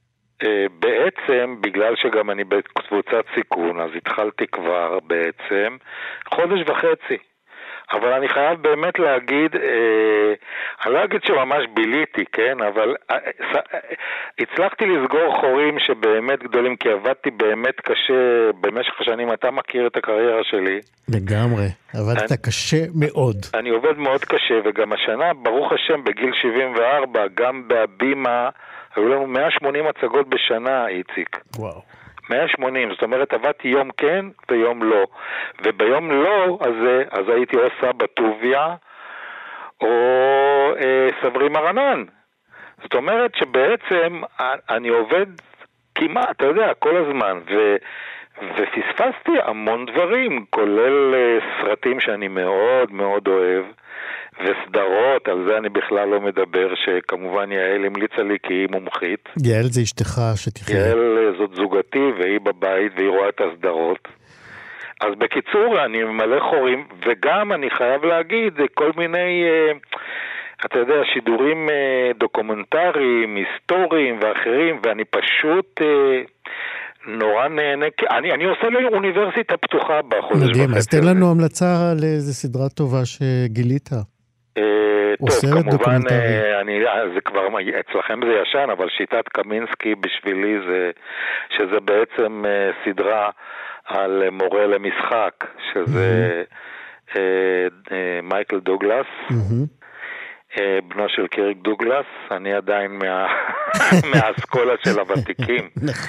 בעצם, בגלל שגם אני בקבוצת סיכון, אז התחלתי כבר בעצם חודש וחצי. אבל אני חייב באמת להגיד, אה, אני לא אגיד שממש ביליתי, כן? אבל אה, אה, הצלחתי לסגור חורים שבאמת גדולים, כי עבדתי באמת קשה במשך השנים. אתה מכיר את הקריירה שלי. לגמרי, עבדת אני, קשה מאוד. אני עובד מאוד קשה, וגם השנה, ברוך השם, בגיל שבעים וארבע, גם בהבימה, היו לנו מאה ושמונים הצגות בשנה, איציק. וואו. מאה ושמונים, זאת אומרת, עבדתי יום כן ויום לא. וביום לא, אז, אז הייתי או סבא טוביה, או אה, סברי מרנן. זאת אומרת שבעצם אני עובד כמעט, אתה יודע, כל הזמן, ו, ופספסתי המון דברים, כולל אה, סרטים שאני מאוד מאוד אוהב, וסדרות, על זה אני בכלל לא מדבר, שכמובן יעל המליצה לי כי היא מומחית. יעל זה אשתך שתחיה. יעל זאת זוגתי, והיא בבית, והיא רואה את הסדרות. אז בקיצור, אני ממלא חורים, וגם אני חייב להגיד, כל מיני, אתה יודע, שידורים דוקומנטריים, היסטוריים ואחרים, ואני פשוט נורא נהנה. אני, אני עושה לי אוניברסיטה פתוחה בחודש וחצי. מדהים, אז תן לנו המלצה על איזה סדרה טובה שגילית. טוב, כמובן, אני, זה כבר, אצלכם זה ישן, אבל שיטת קמינסקי בשבילי זה, שזה בעצם סדרה על מורה למשחק, שזה מייקל דוגלס, בנו של קירק דוגלס, אני עדיין מהאסכולה של הוותיקים,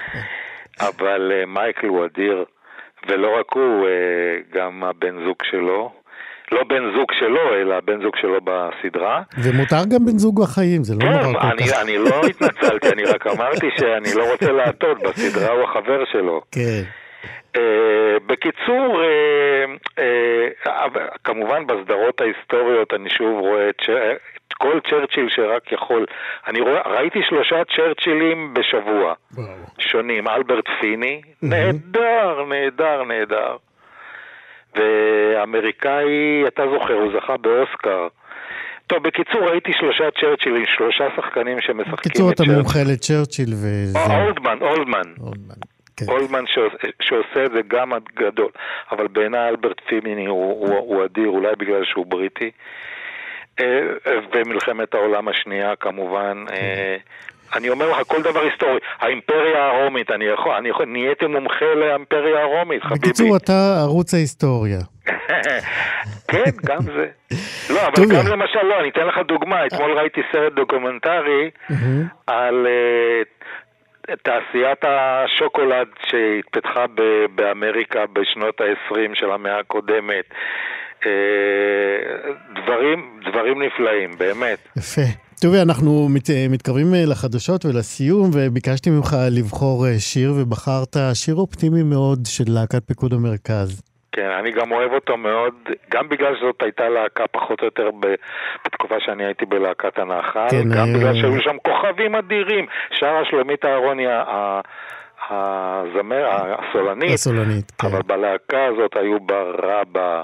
אבל מייקל הוא אדיר, ולא רק הוא, גם הבן זוג שלו, לא בן זוג שלו, אלא בן זוג שלו בסדרה. ומותר גם בן זוג בחיים, זה לא כן, נורא כל אני, כך. אני לא התנצלתי, אני רק אמרתי שאני לא רוצה להטות, בסדרה הוא החבר שלו. כן. Uh, בקיצור, uh, uh, כמובן בסדרות ההיסטוריות אני שוב רואה את, את כל צ'רצ'יל שרק יכול. אני רואה, ראיתי שלושה צ'רצ'ילים בשבוע. וואו. שונים, אלברט פיני, mm-hmm. נהדר, נהדר, נהדר. ואמריקאי, אתה זוכר, הוא זכה באוסקר. טוב, בקיצור, ראיתי שלושה צ'רצ'ילים, שלושה שחקנים שמשחקים את צ'רצ'יל. בקיצור, אתה מומחה לצ'רצ'יל וזה... אולדמן, אולדמן. אולדמן. אולדמן שעושה את זה גם גדול, אבל בעיניי אלברט פיני הוא, הוא, הוא אדיר, אולי בגלל שהוא בריטי. ומלחמת העולם השנייה כמובן, אני אומר לך, כל דבר היסטורי. האימפריה הרומית, אני יכול, אני יכול, נהייתי מומחה לאימפריה הרומית, חביבי. בקיצור, אתה ערוץ ההיסטוריה. כן, גם זה. לא, אבל גם למשל, לא, אני אתן לך דוגמה. אתמול ראיתי סרט דוקומנטרי על תעשיית השוקולד שהתפתחה באמריקה בשנות ה-עשרים של המאה הקודמת. דברים, דברים נפלאים, באמת. יפה. טובי, אנחנו מת, מתקרבים לחדשות ולסיום, וביקשתי ממך לבחור שיר, ובחרת שיר אופטימי מאוד של להקת פיקוד המרכז. כן, אני גם אוהב אותו מאוד, גם בגלל שזאת הייתה להקה פחות או יותר בתקופה שאני הייתי בלהקת הנחל, כן, גם בגלל שהיו שם כוכבים אדירים, שרה שלומית אהרוני הזמר, הסולנית, הסולנית, כן. אבל בלהקה הזאת היו ברבא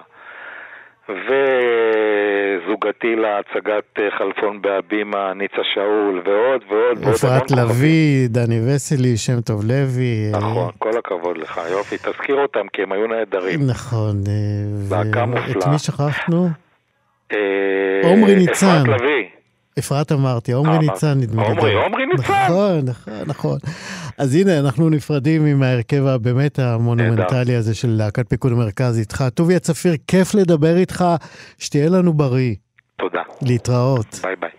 וזוגתי להצגת חלפון בהבימה, ניצה שאול ועוד ועוד. אפרת לוי, דני וסלי, שם טוב לוי. נכון, כל הכבוד לך, יופי, תזכיר אותם כי הם היו נהדרים. נכון. להקה מופלאה. את מי שכחנו? עומרי ניצן. אפרת לוי. אפרת אמרתי, עומרי ניצן נדמה לי. עומרי, עומרי ניצן. נכון, נכון, נכון. אז הנה, אנחנו נפרדים עם ההרכב הבאמת המונומנטלי הזה של להקת פיקוד המרכז איתך. טוביה צפיר, כיף לדבר איתך, שתהיה לנו בריא. תודה. להתראות. ביי ביי.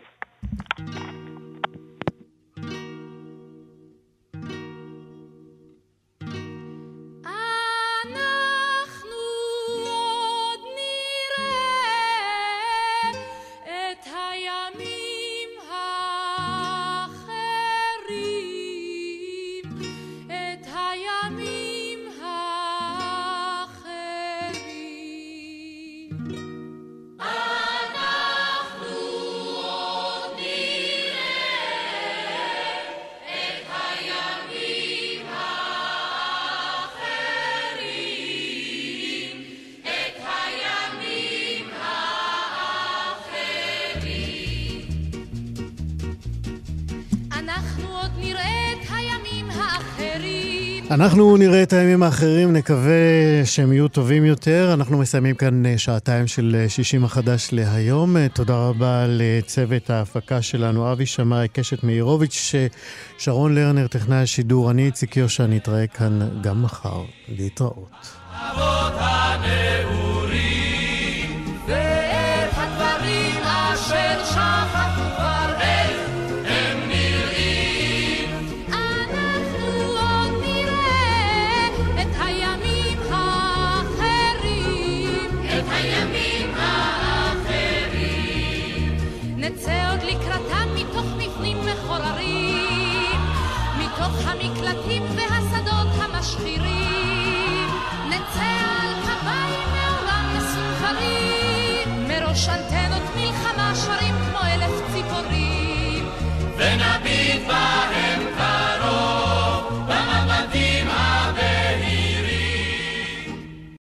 אנחנו נראה את הימים האחרים, נקווה שהם יהיו טובים יותר. אנחנו מסיימים כאן שעתיים של שישים החדש להיום. תודה רבה לצוות ההפקה שלנו, אבי שמאי, קשת מאירוביץ', שרון לרנר, טכנאי השידור, אני איציק יושע, נתראה כאן גם מחר. להתראות. אבות הנעורים ואת הדברים אשר שכחנו כבר איך הם נראים. אנחנו עוד נראה את הימים האחרים, את הימים האחרים. נצא עוד לקראתם מתוך מבנים מחוררים, מתוך המקלטים והשדות המשחירים. נצא על קביים מעולם מסונכרים, מראש אנטנה